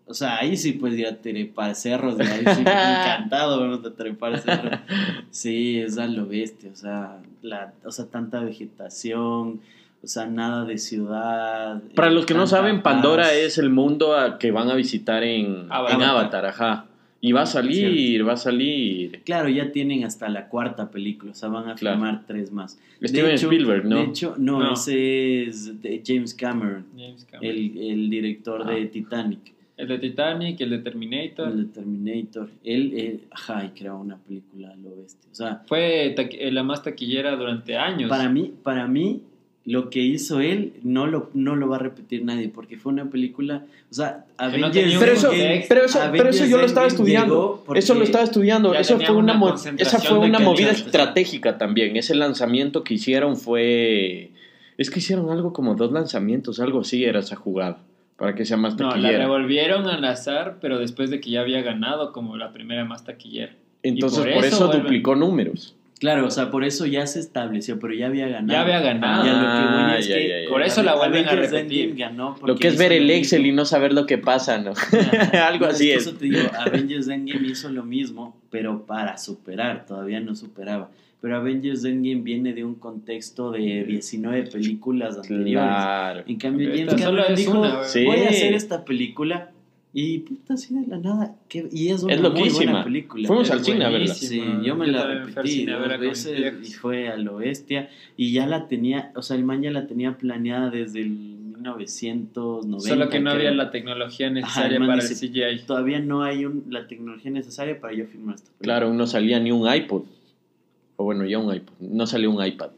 O sea, ahí sí puedes ir a trepar cerros, y ahí sí encantado, vamos a trepar cerros. Sí, es a lo bestia, o sea, la, o sea, tanta vegetación, o sea, nada de ciudad. Para los que no tanta saben, Pandora paz. es el mundo a que van a visitar en Avatar. en Avatar, ajá. Y va a salir, va a salir. Claro, ya tienen hasta la cuarta película, o sea, van a Claro. filmar tres más. Steven De hecho- Spielberg, ¿no? De hecho, no, No. ese es de James Cameron, James Cameron. el, el director Ah. de Titanic, El de Titanic, el de Terminator. el de Terminator. Él, él ajá, y creó una película a lo bestia. O sea, Fue taqui- eh, la más taquillera durante años. para mí, para mí, lo que hizo él no lo, no lo va a repetir nadie, porque fue una película, o sea, Avengers tenía un Pero eso, Endgame- pero eso, pero eso yo lo estaba Avengers Endgame estudiando. llegó porque- Eso lo estaba estudiando. ya Eso tenía fue una, una mo- concentración esa fue de una movida canchas. estratégica también. Ese lanzamiento que hicieron fue... Es que hicieron algo como dos lanzamientos, algo así era esa jugada, para que sea más No, la taquillera. revolvieron al azar, pero después de que ya había ganado como la primera más taquillera. Entonces y por eso, vuelven- duplicó números. Claro, o sea, por eso ya se estableció, pero ya había ganado. Ya había ganado. Y a lo que voy Ah, es ya, que ya, ya. Por eso la vuelven a Avengers repetir. Endgame ganó Lo porque que es hizo ver lo el mismo. Excel y no saber lo que pasa, ¿no? Algo No, así que es. Eso te digo, Avengers Endgame hizo lo mismo, pero para superar, todavía no superaba. Pero Avengers Endgame viene de un contexto de diecinueve películas anteriores. Claro. En cambio, Esta James solo Cameron es dijo, una, güey. Sí. voy a hacer esta película y puta, así de la nada. Que, y es una Es muy loquísima. buena película. Fuimos Es al cine a verla. buenísima. Sí, yo me Yo la también fui al repetí cine a dos verla con mis veces viejos. y fue a lo bestia. Y ya la tenía, o sea, el man ya la tenía planeada desde el mil novecientos noventa. Solo que no había creo. la tecnología Ajá, necesaria el man para el dice, C G I. Todavía no hay un- la tecnología necesaria para yo filmar esta película. Claro, no salía ni un iPod. O bueno, ya un iPod. No salió un iPad.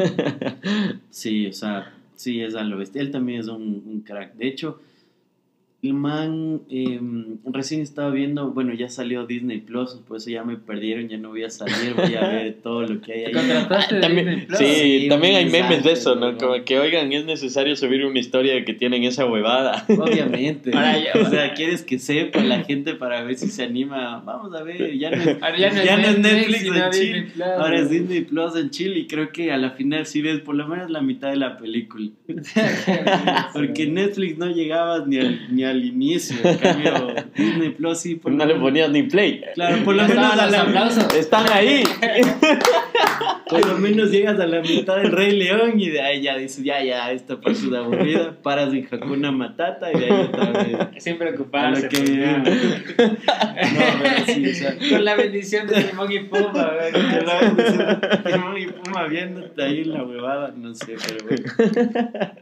Sí, o sea, sí, es a lo bestia. Él también es un, un crack. De hecho, el man eh, recién estaba viendo, bueno, ya salió Disney Plus, por eso ya me perdieron, ya no voy a salir, voy a ver todo lo que hay ¿Te ahí. contrataste de También, Disney Plus? sí, Sí, también un hay memes de desastre, eso, ¿no? weón. Como que, oigan, es necesario subir una historia de que tienen esa huevada. Obviamente. Ahora ya- o sea, quieres que sepa la gente para ver si se anima. Vamos a ver, ya no es, Ahora ya no es ya no es Netflix, Netflix sino en Disney Chile. Plus, Ahora es güey. Disney Plus en Chile y creo que a la final sí ves por lo menos la mitad de la película. Porque Netflix no llegabas ni al, ni al inicio. En cambio, Disney Plus sí. Por lo No le menos- ponías ni play. Claro, por lo Ya menos estaban a los la aplausos. Están ahí. Por lo menos llegas a la mitad del Rey León y de ahí ya dices, ya, ya, esta parte es aburrida. Paras en Hakuna Matata y de ahí otra vez. Sin A preocuparse. lo que pues, ya. No, pero sí, o sea. Con la bendición de Simón y Pumba, güey. Que la ves diciendo, Timón y Puma viéndote ahí en la huevada, no sé, pero bueno.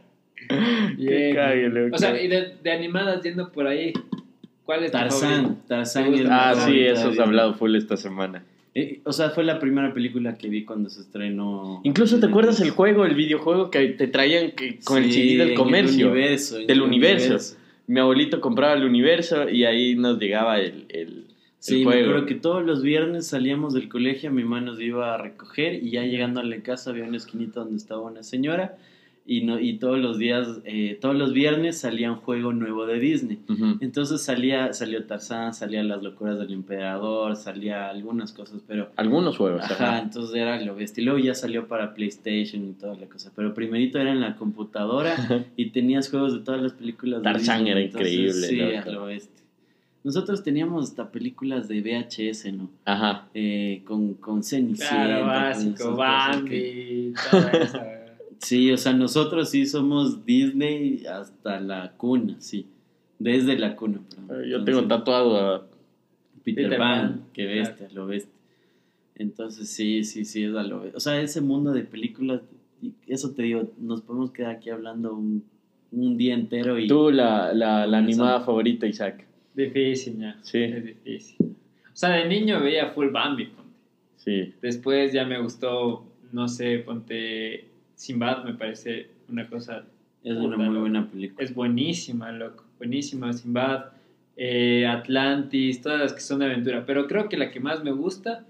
Bien. cague, loco. O sea, y de, de animadas yendo por ahí, ¿cuál es tu favorito? Tarzán, Tarzán ¿Te es mi gusta? Ah, sí, favorita eso de has Disney. hablado full esta semana. Eh, o sea, fue la primera película que vi cuando se estrenó. Incluso te acuerdas el juego, el videojuego que te traían que, con el Sí, C D del en comercio. El universo, en del el universo. Mi abuelito compraba el universo y ahí nos llegaba el, el, Sí, el me juego. acuerdo que todos los viernes salíamos del colegio, mi mamá nos iba a recoger y ya llegando a la casa había una esquinita donde estaba una señora y no y todos los días, eh, todos los viernes salía un juego nuevo de Disney. Ujú. Entonces salía, salió Tarzán, salía Las locuras del emperador, salía algunas cosas, pero Algunos juegos, ajá, ajá. entonces era lo bestia. Y luego ya salió para PlayStation y toda la cosa, pero primerito era en la computadora y tenías juegos de todas las películas de Tarzán Disney, era entonces, increíble, sí, loco. a lo bestia. Nosotros teníamos hasta películas de V H S, ¿no? Ajá. Eh, con, con Cenicienta. Claro, con básico, esas cosas que- Bambi, toda esa. Sí, o sea, nosotros sí somos Disney hasta la cuna, sí. Desde la cuna, perdón. Yo Entonces, tengo tatuado a... Peter, Peter Pan, Pan, que bestia, lo bestia. Entonces, sí, sí, sí, es a lo bestia. O sea, ese mundo de películas, y eso te digo, nos podemos quedar aquí hablando un, un día entero y... Tú, la, la, la animada favorita, Isaac. Difícil, ya. Sí. Es difícil. O sea, de niño veía full Bambi, ponte. Sí. Después ya me gustó, no sé, ponte Sinbad, me parece una cosa. Es puta, una muy loco. buena película. Es buenísima, loco. Buenísima, Sinbad, eh, Atlantis, todas las que son de aventura. Pero creo que la que más me gusta,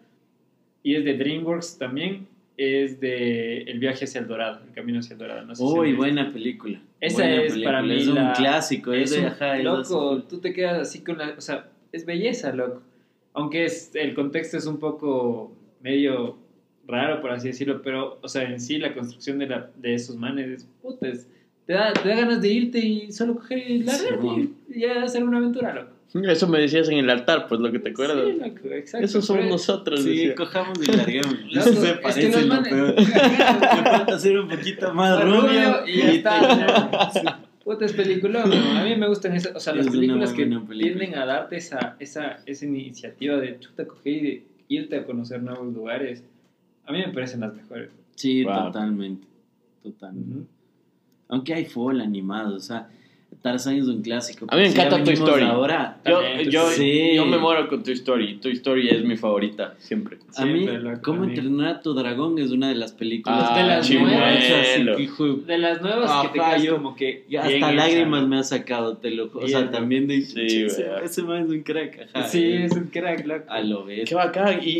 y es de DreamWorks también, es de El viaje hacia el Dorado, El camino hacia el Dorado. No sé si Uy, lo buena película. Esa buena es para mí Es un la- clásico, es, es de un- ajá, es loco, así. tú te quedas así con la... O sea, es belleza, loco. Aunque es, el contexto es un poco medio raro, por así decirlo, pero, o sea, en sí la construcción de, la, de esos manes es, puta, es te da, te da ganas de irte y solo coger y largarte Sí, y ya hacer una aventura, loco. Eso me decías en el altar, pues lo que te acuerdas. Sí, loco, exacto. Eso somos Pero- nosotros. Sí, decía. cojamos y larguemos. Loco, Eso se es que parece los lo manes- peor. Me falta ser un poquito más Más rubio rubio y ya está. Sí. Puta, es película, ¿no? A mí me gustan esas, o sea, las Es una películas que buena película. tienden a darte esa, esa, esa iniciativa de chuta, coger y de irte a conocer nuevos lugares. A mí me parecen las mejores. Sí, Wow. totalmente. Totalmente. Ujú. Aunque hay full animados, o sea, Tarzán es un clásico. A mí me Si ya encanta Toy venimos Story. Ahora, Yo, También, yo, sí. yo me muero con Toy Story. Toy Story es mi favorita, siempre. a mí, Siempre, loco, ¿Cómo a mí. entrenar a tu dragón? Es una de las películas Ah, de las chimuelas, nuevas. así Chimuelo. que, hijo de- De las nuevas que te Ajá, quedas yo- como que. ya bien hasta hecha, lágrimas ¿no? me ha sacado, te lo juro. O sea, Bien, también de. sí, ese, wea. ese man es un crack, ajá. Sí, eh, es un crack, loco. A lo ves. Qué bacán. Y,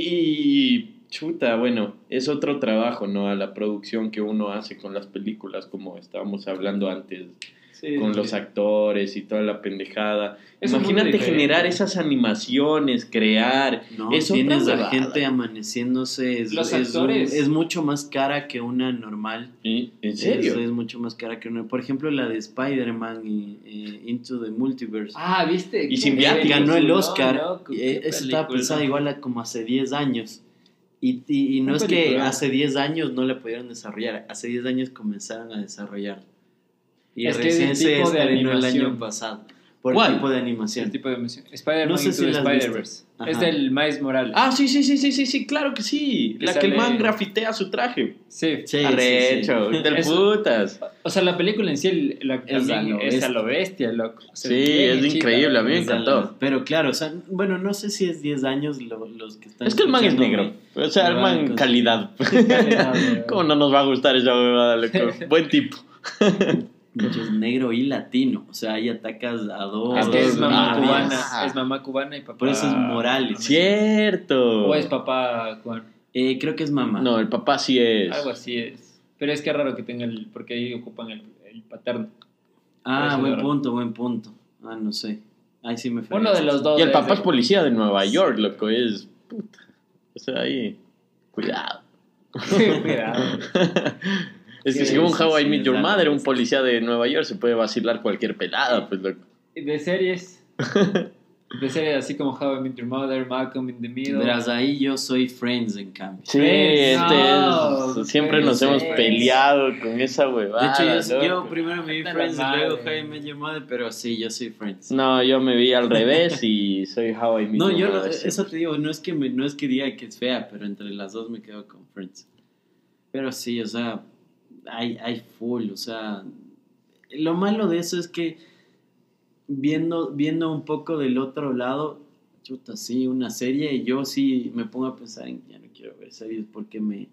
y chuta, bueno, es otro trabajo, ¿no? A la producción que uno hace con las películas, como estábamos hablando antes, Sí, con sí. los actores y toda la pendejada. Es un mundo Imagínate diferente. generar esas animaciones, crear. No, es tienes otra a huevada. gente amaneciéndose. Es, Los es un- actores. es mucho más cara que una normal. ¿Y? ¿En serio? Es, es mucho más cara que una. Por ejemplo, la de Spider-Man y, eh, Into the Multiverse. Ah, ¿viste? Y Qué sin viáticos. Ganó el peliculón, Oscar. loco, y, qué eh, Eso estaba película. pensado igual a como hace diez años. Y, y, y no Un es que peliculón. hace diez años no le pudieron desarrollar. Hace diez años comenzaron a desarrollar. Y Es que recién el se tipo de estrenó el animación. año pasado. Por ¿Cuál? el tipo de El animación. tipo de emoción. Spider-Man No sé Into si the la has visto. Spider-Verse. Ajá. Es del Miles Morales. Ah, sí, sí, sí, sí, sí, sí, claro que sí. Que La que el sale- man grafitea su traje. Sí. Sí, Arrecho, sí, sí. del Eso- putas. O sea, la película en sí el- la, Es a también lo es a bestia. lo bestia, loco. O sea, Sí, bien es hechita, increíble, a mí me O sea, encantó. Pero claro, o sea, bueno, no sé si es diez años lo- los que están. Es que el man es escuchándome. negro. O sea, el Me van man con- calidad. Calidad, weón. ¿Cómo no nos va a gustar esa huevada, loco? Buen tipo. Mucho es negro y latino. O sea, ahí atacas a dos. Es que es Ah, mamá ah, cubana. ah. Es mamá cubana y papá. Por eso es Morales. Cierto. O es papá cubano. Eh, creo que es mamá. No, el papá sí es. Algo así es. Pero es que es raro que tenga el. Porque ahí ocupan el, el paterno. Ah, Eso buen es punto, buen punto. Ah, no sé. Ahí sí me fregas. Uno de los dos. Y el es papá de- es policía de Nueva York, loco. Es. Puta. O sea, ahí. Cuidado. Cuidado. Es que Sí, según sí, How I sí, Met es Your la Mother, un bestia. policía de Nueva York se puede vacilar cualquier pelada, pues loco. De series. De series así como How I Met Your Mother, Malcolm in the Middle. Verás, ahí yo soy Friends, en cambio. Sí, Friends, este no, es- siempre Friends, nos hemos Friends. peleado con esa De huevada. hecho, yo, yo loco. primero me vi Puta Friends y la luego madre. How I Met Your Mother, pero sí, yo soy Friends. No, yo me vi al revés y soy How I Met No, Your yo lo- Mother, sí. eso te digo, no es que me, no es que diga que es fea, pero entre las dos me quedo con Friends. Pero sí, o sea, hay, hay full, o sea, lo malo de eso es que viendo, viendo un poco del otro lado, chuta, sí, una serie, yo sí me pongo a pensar en, ya no quiero ver series porque me...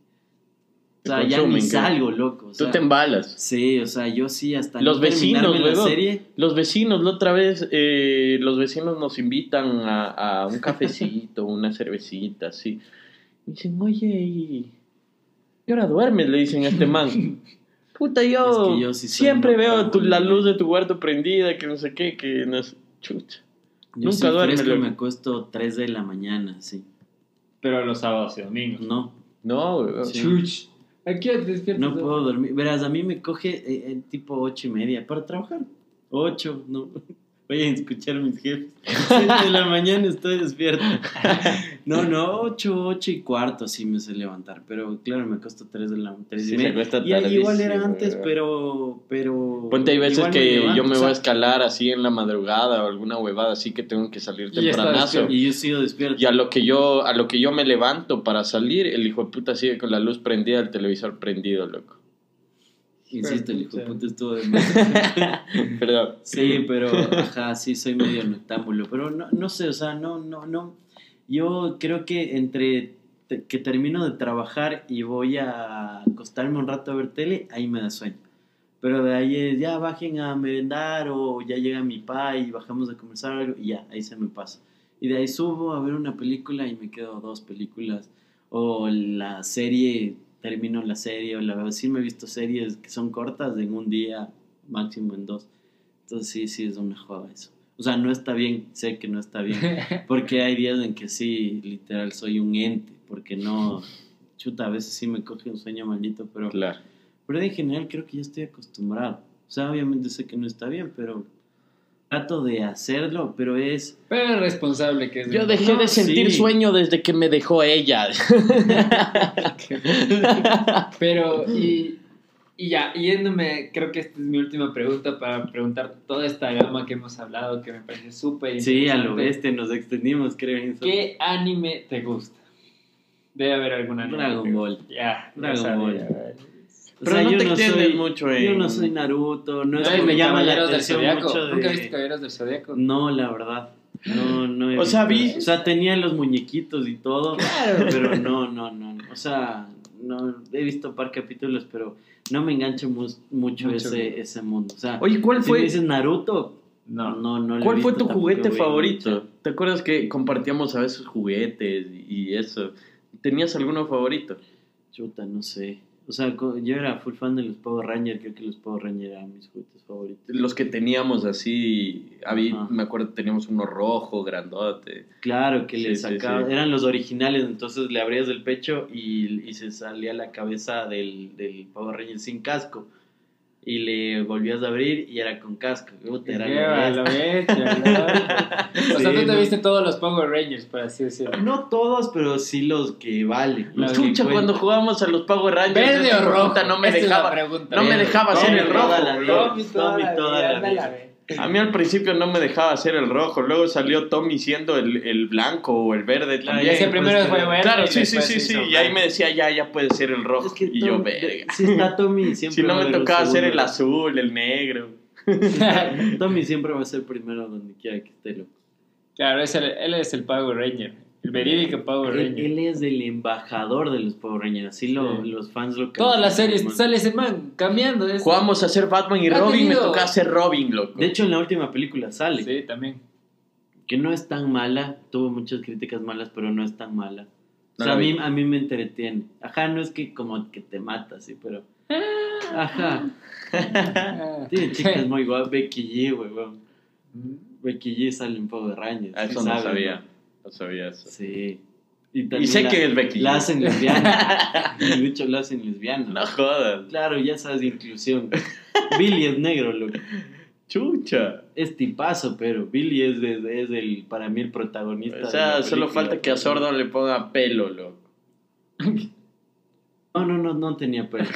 O sea, Te ya ni consumen, ¿qué? salgo, loco. O Tú sea, te embalas. Sí, o sea, yo sí hasta Los no terminarme vecinos, la luego. serie. Los vecinos, la otra vez, eh, los vecinos nos invitan a, a un cafecito, una cervecita, así. Y dicen, oye, ¿y qué hora duermes? Le dicen a este man. Puta, yo, Es que yo sí soy siempre veo noctámbulo. tu- la luz de tu cuarto prendida, que no sé qué, que no es... Chucha. Yo Nunca sí duerme, fresco loco. me acuesto tres de la mañana, sí. Pero los sábados y domingos. No, No, weón. Sí. Chuch. ¿A qué hora te despiertas? no puedo dormir. Verás, a mí me coge eh, eh, tipo ocho y media para trabajar. Ocho, no. Voy a escuchar a mis jefes. Siete de la mañana estoy despierto. No, no, ocho, ocho y cuarto sí me sé levantar. Pero claro, me acuesto tres de la tres Sí, y se media. acuesta Y ahí igual era tardísimo, antes, weón. pero, pero. Ponte, hay veces igual me que levanto, yo me o voy sea, a escalar así en la madrugada o alguna huevada así que tengo que salir Y ya está tempranazo. despierto. Y yo sigo despierto. Y a lo que yo, a lo que yo me levanto para salir, el hijo de puta sigue con la luz prendida, el televisor prendido, loco. Insisto, el hijo de Sí. puta estuvo de más. Perdón. Sí, pero ajá, sí soy medio noctámbulo, pero no, no sé, o sea, no, no, no. Yo creo que entre te- que termino de trabajar y voy a acostarme un rato a ver tele, ahí me da sueño. Pero de ahí es, ya bajen a merendar o ya llega mi pa y bajamos a conversar algo y ya, ahí se me pasa. Y de ahí subo a ver una película y me quedo dos películas. O la serie, termino la serie o la veo. Sí me he visto series que son cortas en un día, máximo en dos. Entonces sí, sí es una joda eso. O sea, no está bien, sé que no está bien. Porque hay días en que sí, literal, soy un ente. Porque no, chuta, a veces sí me coge un sueño maldito, pero... Claro. Pero en general creo que ya estoy acostumbrado. O sea, obviamente sé que no está bien, pero trato de hacerlo, pero es... Pero es responsable que es. Yo dejé No, de sentir sí. sueño desde que me dejó ella. Pero, y, y ya, yéndome, creo que esta es mi última pregunta para preguntar toda esta gama que hemos hablado, que me parece súper interesante. Sí, a lo bestia nos extendimos, creo. En eso. ¿Qué anime te gusta? Debe haber algún anime. Dragon que te Ball. guste. Ya, Dragon ya sabía, Ball. ya. O Pero sea, no yo te extiendes soy- mucho en- Yo no soy Naruto, no ¿No es eres que me de llama la Caballeros del atención Zodiaco? mucho de... ¿Nunca viste Caballeros del Zodiaco? No, la verdad. No, no he O sea, visto. vi- O sea, tenía los muñequitos y todo. Claro. Pero no, no, no. O sea, no he visto un par capítulos, pero no me engancha mu- mucho, Mucho. ese, ese mundo. O sea, Oye, ¿cuál si fue? me dices Naruto, No. no, no lo he ¿Cuál fue visto, tu tampoco juguete voy a favorito? enganchar. ¿Te acuerdas que compartíamos a veces juguetes y eso? ¿Tenías alguno favorito? Chuta, no sé. O sea, co- yo era full fan de los Power Rangers. Creo que los Power Rangers eran mis juguetes favoritos. Los que teníamos así, había, Ajá. me acuerdo teníamos uno rojo, grandote. Claro, que Sí, le sí, sacaba, sí. eran los originales, entonces le abrías el pecho y, y se salía la cabeza del, del Power Ranger sin casco. Y le volvías a abrir y era con casco. Puta, era Qué lo va, lo bestia, ¿no? O sea, Sí, tú te no. viste todos los Power Rangers, por así decirlo. No todos, pero sí los que valen. Los que Chucha, cuentan. cuando jugábamos a los Power Rangers, ¿Verde este o hijo de rojo? puta no me Esa es la dejaba, pregunta. no me Verde. dejaba hacer el Tommy rojo. toda la bro. vida. Tommy toda Tommy la toda vida, la ándala, vida. ve. A mí al principio no me dejaba hacer el rojo, luego salió Tommy siendo el, el blanco o el verde Claro, también. Ese ya primero después fue te- verde. Claro, y sí, sí, después sí, se sí, hizo y ahí blanco. me decía, ya, ya puede ser el rojo. Es que y yo, Tom- verga. Si está Tommy, siempre Si no va a me haber un tocaba hacer el segundo. azul, el negro. Tommy siempre va a ser primero donde quiera que esté, loco. Claro, es el, él es el Power Ranger. El verídico Power Él, Ranger. él es el embajador de los Power Rangers, así lo, Sí. los fans lo Todas las califican, series man. sale ese man cambiando. Es... Jugamos a ser Batman y Ha Robin, me tenido- tocaba hacer Robin, loco. De hecho, en la última película sale, Sí, también. que no es tan mala, tuvo muchas críticas malas, pero no es tan mala. O No sea, la a vi. mí, a mí me entretiene. Ajá, no es que como que te mata, sí, pero... Ajá. Tiene chicas muy guapas, Becky G, weón. Becky G sale en Power Rangers. Ah, sí eso no sabes, sabía, ¿no? no sabía eso. Sí. Y también sé la- que es Becky G. La hacen lesbiana. De hecho, la hacen lesbiana. No jodas. Claro, ya sabes, inclusión. Billy es negro, loco. Chucha. Es tipazo, pero Billy es, es, es el, para mí el protagonista. O de sea, la solo película. falta que a Sordo le ponga pelo, loco. No, no, no, no tenía pelo.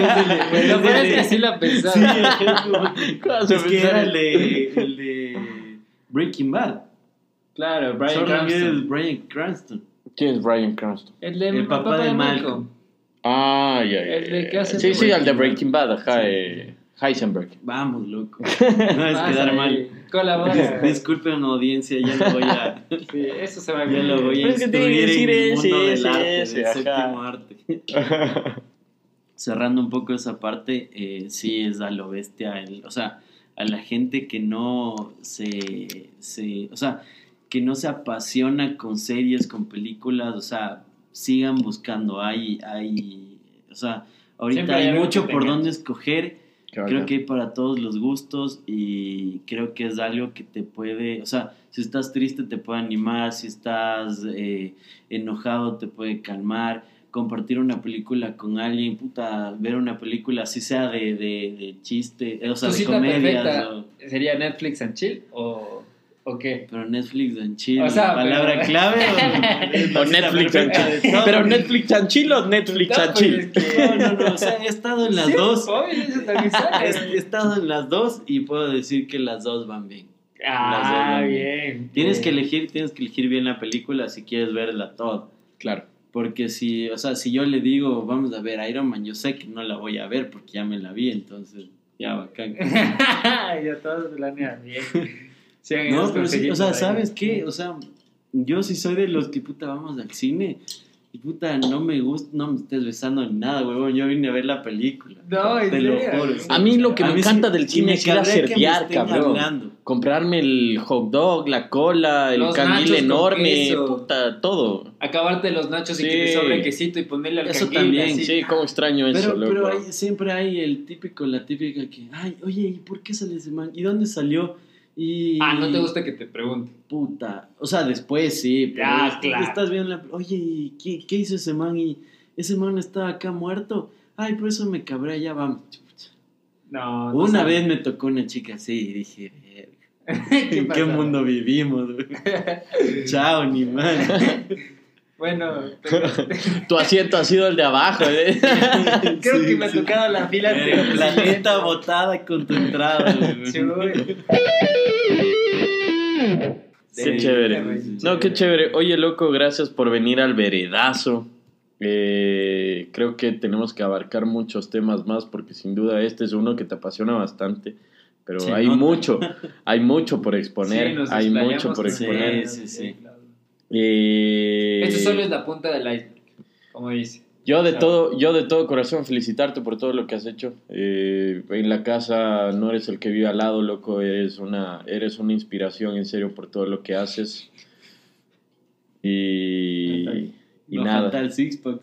Lo peor es que así la pensaba. Sí, es como- ¿Cómo se es que pensaba? era el de, el de Breaking Bad. Claro, Brian Sordo es Cranston. Brian Cranston. ¿Quién es Bryan Cranston? El, de, El papá de Malcolm. Ah, ya, ya. El de ya. que hace Sí, sí, Breaking el de Bad. Breaking Bad, ajá, Sí. eh, Heisenberg. Vamos, loco. No es Pasa quedar ahí, mal. Colabora. Disculpen, audiencia, ya lo voy a, Sí, eso se va a ya lo voy a Pero es que tiene que instruir en el decir mundo ese, del arte, ese, del ajá. séptimo arte. Cerrando un poco esa parte, eh, sí es a lo bestia, el- o sea, a la gente que no se, se, o sea, que no se apasiona con series, con películas, o sea, sigan buscando, hay, hay, o sea, ahorita Siempre hay hay algo mucho que te por enganche. dónde escoger. Creo que hay para todos los gustos y creo que es algo que te puede, o sea, si estás triste te puede animar, si estás eh, enojado te puede calmar, compartir una película con alguien, puta, ver una película así sea de, de, de chiste, eh, o sea, ¿Tu de cita comedias, perfecta o- sería Netflix and chill o, o qué? pero Netflix en chill, O sea, palabra pero- clave o, es la O cita Netflix perfecta and de chill. todo. Pero Netflix and chill o Netflix No, and pues, chill. es que- No, no, no, o sea, he estado en las Sí, dos. obvio, eso también sale. He he estado en las dos y puedo decir que las dos van bien. Ah, Las dos van bien. Tienes que bien. elegir, tienes que elegir bien la película si quieres verla toda. Claro. Porque si, o sea, si yo le digo, vamos a ver Iron Man, yo sé que no la voy a ver porque ya me la vi, entonces, ya bacán. Ya todos planean bien. Sí, han ido No, pero sí, o sea, conseguiendo ahí. ¿sabes qué? O sea, yo sí soy de los que, puta, vamos al cine y, puta, no me gusta, no me estés besando ni nada, huevón, yo vine a ver la película. No, en te lo serio. juro. sí. A mí lo que A me mí sí- encanta del y cine me es ir a cabrea que me serviar, estén cabrón. hablando. Comprarme el hot dog, la cola, el Los canguil nachos con enorme, queso. puta, todo. Acabarte los nachos y Sí. que te sobre quesito y ponerle al Eso canguil, también, así. Sí, cómo extraño eso, Pero, loco. pero hay, siempre hay el típico, la típica que, ay, oye, ¿y por qué sale ese man? ¿Y dónde salió? Y... Ah, no te gusta que te pregunte. Puta. O sea, después sí, pero Ya, est- claro. estás viendo la... Oye, ¿y qué, qué hizo ese man? ¿Y ese man está acá muerto? Ay, por eso me cabré, ya vamos. Chucha. No, no Una sabe. vez me tocó una chica así y dije, "Verga, ¿Qué ¿en qué pasó? mundo vivimos, güey? Chao, ni mal. Bueno, te- Tu asiento ha sido el de abajo, ¿eh? creo Sí, que me ha sí. tocado la fila El planeta botada con tu entrada, güey. Chuy. Qué Sí, chévere. sí, sí. No, qué chévere. Oye, loco, gracias por venir al veredazo. Eh, creo que tenemos que abarcar muchos temas más porque sin duda este es uno que te apasiona bastante. Pero Se hay nota. mucho, hay mucho por exponer, Sí, nos hay explayamos mucho por con- exponer. Sí, sí, sí. claro. Eh, Esto solo es la punta del iceberg, como dice. Yo de Claro. todo, yo de todo corazón felicitarte por todo lo que has hecho. Eh, en la casa no eres el que vive al lado, loco, eres una, eres una inspiración en serio por todo lo que haces. Y, y No nada. falta el six pack.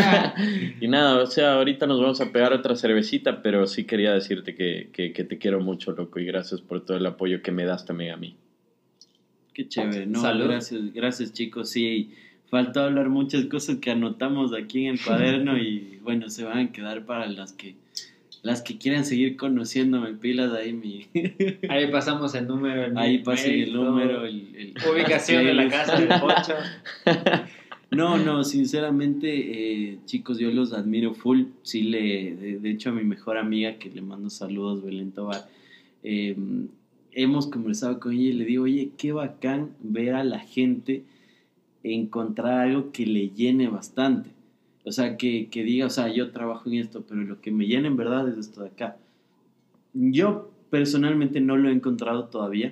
Y nada, o sea, ahorita nos vamos a pegar otra cervecita, pero sí quería decirte que, que, que te quiero mucho, loco, y gracias por todo el apoyo que me das también a mí. Qué chévere, no, Salud. gracias, gracias chicos, sí, faltó hablar muchas cosas que anotamos aquí en el cuaderno y bueno, se van a quedar para las que las que quieran seguir conociéndome, pilas ahí mi Ahí pasamos el número. El ahí pasen mail, el todo. número, el, el- Ubicación de la casa del Pocho. No, no, sinceramente, eh, chicos, yo los admiro full. Sí, le, de, de hecho, a mi mejor amiga, que le mando saludos, Belén Tobar, eh, hemos conversado con ella y le digo, oye, qué bacán ver a la gente encontrar algo que le llene bastante. O sea, que, que diga, o sea, yo trabajo en esto, pero lo que me llena en verdad es esto de acá. Yo personalmente no lo he encontrado todavía.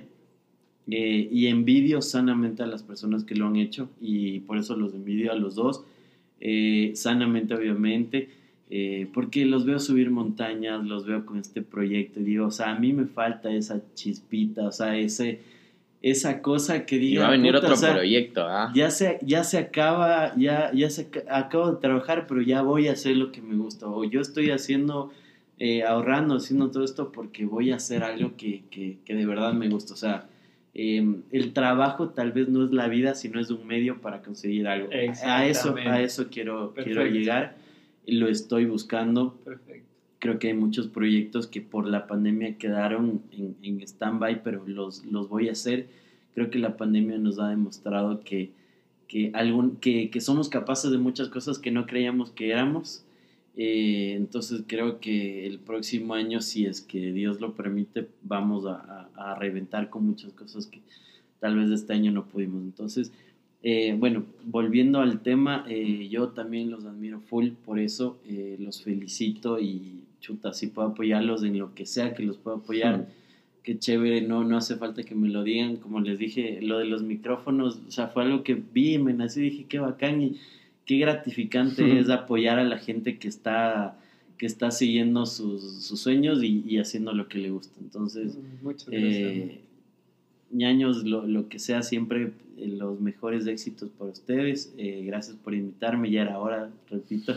Eh, y envidio sanamente a las personas que lo han hecho y por eso los envidio a los dos, eh, sanamente obviamente, eh, porque los veo subir montañas, los veo con este proyecto y digo, o sea, a mí me falta esa chispita, o sea, ese, esa cosa que diga, Y va a venir puta, otro o sea, proyecto, ¿ah? ya se, ya se acaba, ya, ya se ac- acabo de trabajar, pero ya voy a hacer lo que me gusta, o yo estoy haciendo, eh, ahorrando, haciendo todo esto porque voy a hacer algo que, que, que de verdad me gusta, o sea, eh, el trabajo tal vez no es la vida, sino es un medio para conseguir algo. A eso, a eso quiero, quiero Perfecto. llegar, y lo estoy buscando. Perfecto. Creo que hay muchos proyectos que por la pandemia quedaron en, en stand-by, pero los, los voy a hacer. Creo que la pandemia nos ha demostrado que, que, algún, que, que somos capaces de muchas cosas que no creíamos que éramos. Eh, entonces creo que el próximo año, si es que Dios lo permite, vamos a, a, a reventar con muchas cosas que tal vez este año no pudimos. Entonces, eh, bueno, volviendo al tema, eh, yo también los admiro full, por eso eh, los felicito y chuta, si puedo apoyarlos en lo que sea que los pueda apoyar. Mm. Qué chévere, no, no hace falta que me lo digan, como les dije, lo de los micrófonos, o sea, fue algo que vi y me nació y dije, qué bacán y qué gratificante Ujú. es apoyar a la gente que está, que está siguiendo sus, sus sueños y, y haciendo lo que le gusta. Entonces, Muchas gracias. eh, ñaños, lo, lo que sea, siempre eh, los mejores éxitos para ustedes. Eh, gracias por invitarme, ya era hora, repito.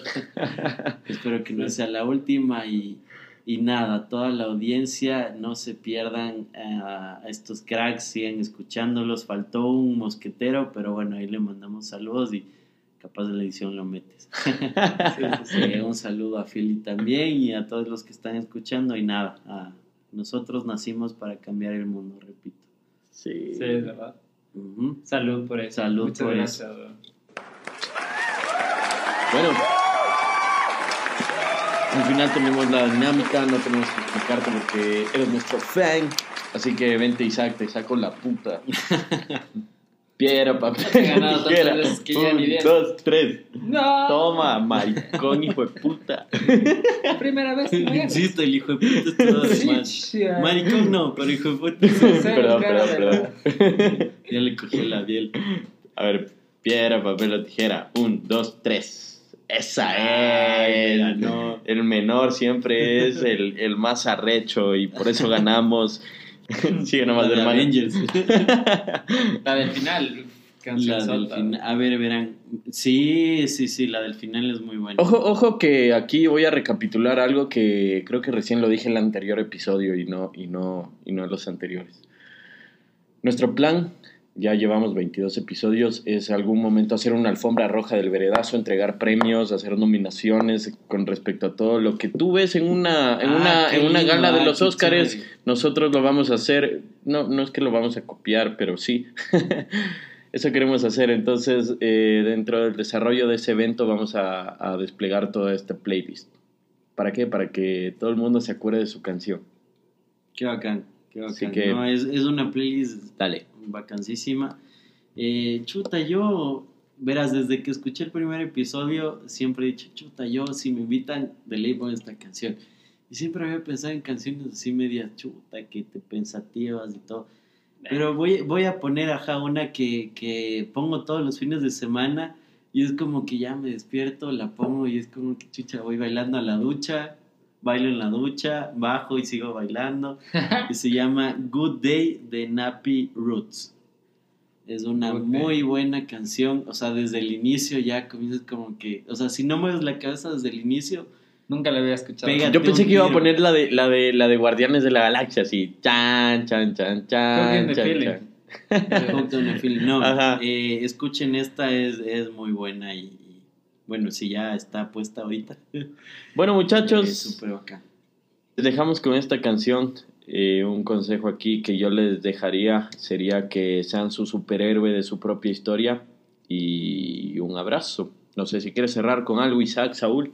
Espero que no sea la última y, y nada, toda la audiencia, no se pierdan a estos cracks, sigan escuchándolos. Faltó un mosquetero, pero bueno, ahí le mandamos saludos y capaz de la edición lo metes. Sí, sí, sí. Eh, un saludo a Philly también y a todos los que están escuchando y nada, a, nosotros nacimos para cambiar el mundo, repito. Sí. Sí, es verdad. Ujú. Salud por eso. Salud Muchas por gracias, bro. Bueno, al final tenemos la dinámica, no tenemos que explicarte porque eres nuestro fan. Así que vente, Isaac, te saco la puta. Piedra, papel, He ganado tantas tijera. veces que ya Un, ni bien. dos, tres. No. Toma, maricón, hijo de puta. Primera vez que me ganas. Insisto, el hijo de puta es todo de Sí, mal. sí, ah. Maricón no, pero hijo de puta. Cero, Perdón, cara perdón, de- perdón. Ya le cogí la piel. A ver, piedra, papel o tijera. Un, dos, tres. Esa Ay, es. ganó. El menor siempre es el, el más arrecho y por eso ganamos. Sigue nomás, La de hermano. Avengers. La del final. Canción La del sota. final. A ver, verán. Sí, sí, sí, la del final es muy buena. Ojo, ojo que aquí voy a recapitular algo que creo que recién lo dije en el anterior episodio y no, y no, y no en los anteriores. Nuestro plan Ya llevamos veintidós episodios. Es algún momento hacer una alfombra roja del veredazo, entregar premios, hacer nominaciones con respecto a todo lo que tú ves en una, en Ah, una, qué en una lindo, gala de ah, los qué Óscares. chévere. Nosotros lo vamos a hacer. No, no es que lo vamos a copiar, pero sí. Eso queremos hacer. Entonces, eh, dentro del desarrollo de ese evento vamos a, a desplegar toda esta playlist. ¿Para qué? Para que todo el mundo se acuerde de su canción. Qué bacán, qué bacán. Así que- No, es, es una playlist Dale. vacancísima. Eh, chuta, yo, verás, desde que escuché el primer episodio, siempre he dicho, chuta, yo, si me invitan, de ley pongo esta canción. Y siempre había pensado en canciones así media chuta, que te pensativas y todo. Pero voy, voy a poner, ajá, una que, que pongo todos los fines de semana y es como que ya me despierto, la pongo y es como que, chucha, voy bailando a la ducha, bailo en la ducha, bajo y sigo bailando. Y se llama Good Day de Nappy Roots. Es una Good muy Day. buena canción, o sea, desde el inicio ya comienzas como que, o sea, si no mueves la cabeza desde el inicio, Nunca la había escuchado. Pégate Yo pensé un que iba a tiro. poner la de, la de, la de Guardianes de la Galaxia, así. Chan, chan, chan, chan. Creo que es de chan, feeling. chan. Hooked on a Feeling. No, Ajá. eh, escuchen esta, es, es muy buena y, y, bueno, si ya está puesta ahorita, Bueno, muchachos, es súper bacán. les dejamos con esta canción. Eh, un consejo aquí que yo les dejaría sería que sean su superhéroe de su propia historia. Y un abrazo. No sé si quieres cerrar con algo, Isaac, Saúl.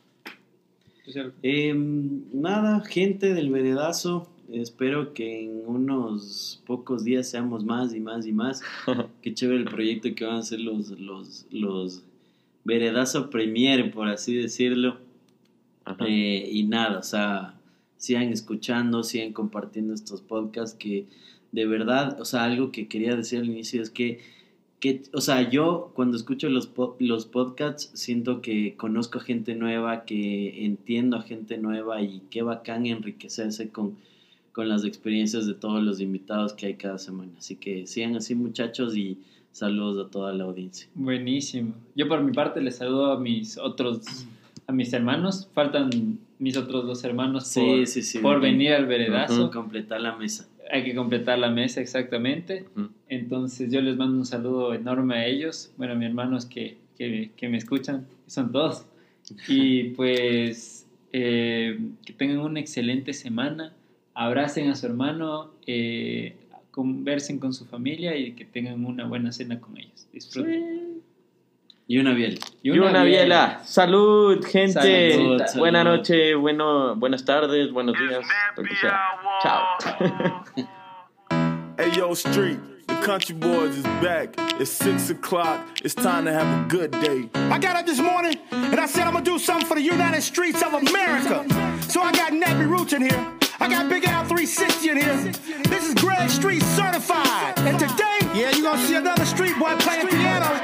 Eh, nada, gente del veredazo, espero que en unos pocos días seamos más y más y más. Qué chévere el proyecto que van a hacer los, los, los veredazo premier, por así decirlo. Ajá. Eh, y nada, o sea, sigan escuchando, sigan compartiendo estos podcasts que de verdad, o sea, algo que quería decir al inicio es que Que, o sea, yo cuando escucho los, po- los podcasts siento que conozco gente nueva, que entiendo a gente nueva y qué bacán enriquecerse con, con las experiencias de todos los invitados que hay cada semana. Así que sigan así, muchachos, y saludos a toda la audiencia. Buenísimo. Yo por mi parte les saludo a mis otros, a mis hermanos. Faltan mis otros dos hermanos Sí, por, sí, sí, por bien. venir al veredazo. Ujú, completar la mesa. Hay que completar la mesa exactamente. Ujú. Entonces yo les mando un saludo enorme a ellos. Bueno, a mis hermanos que, que, que me escuchan, son todos. Y pues eh, que tengan una excelente semana. Abracen a su hermano, eh, conversen con su familia y que tengan una buena cena con ellos. Disfruten. Y una biela. Y una, biela. Salud, gente. Salud, salud. Buena noche, bueno, buenas tardes, buenos días, lo que sea. Chao. Hey yo, Street, the Country Boys is back. It's six o'clock. It's time to have a good day. I got up this morning and I said I'm gonna do something for the United Streets of America. So I got Nappy Roots in here. I got Big Al three sixty in here. This is Greg Street certified. And today, yeah, you're gonna see another street boy playing piano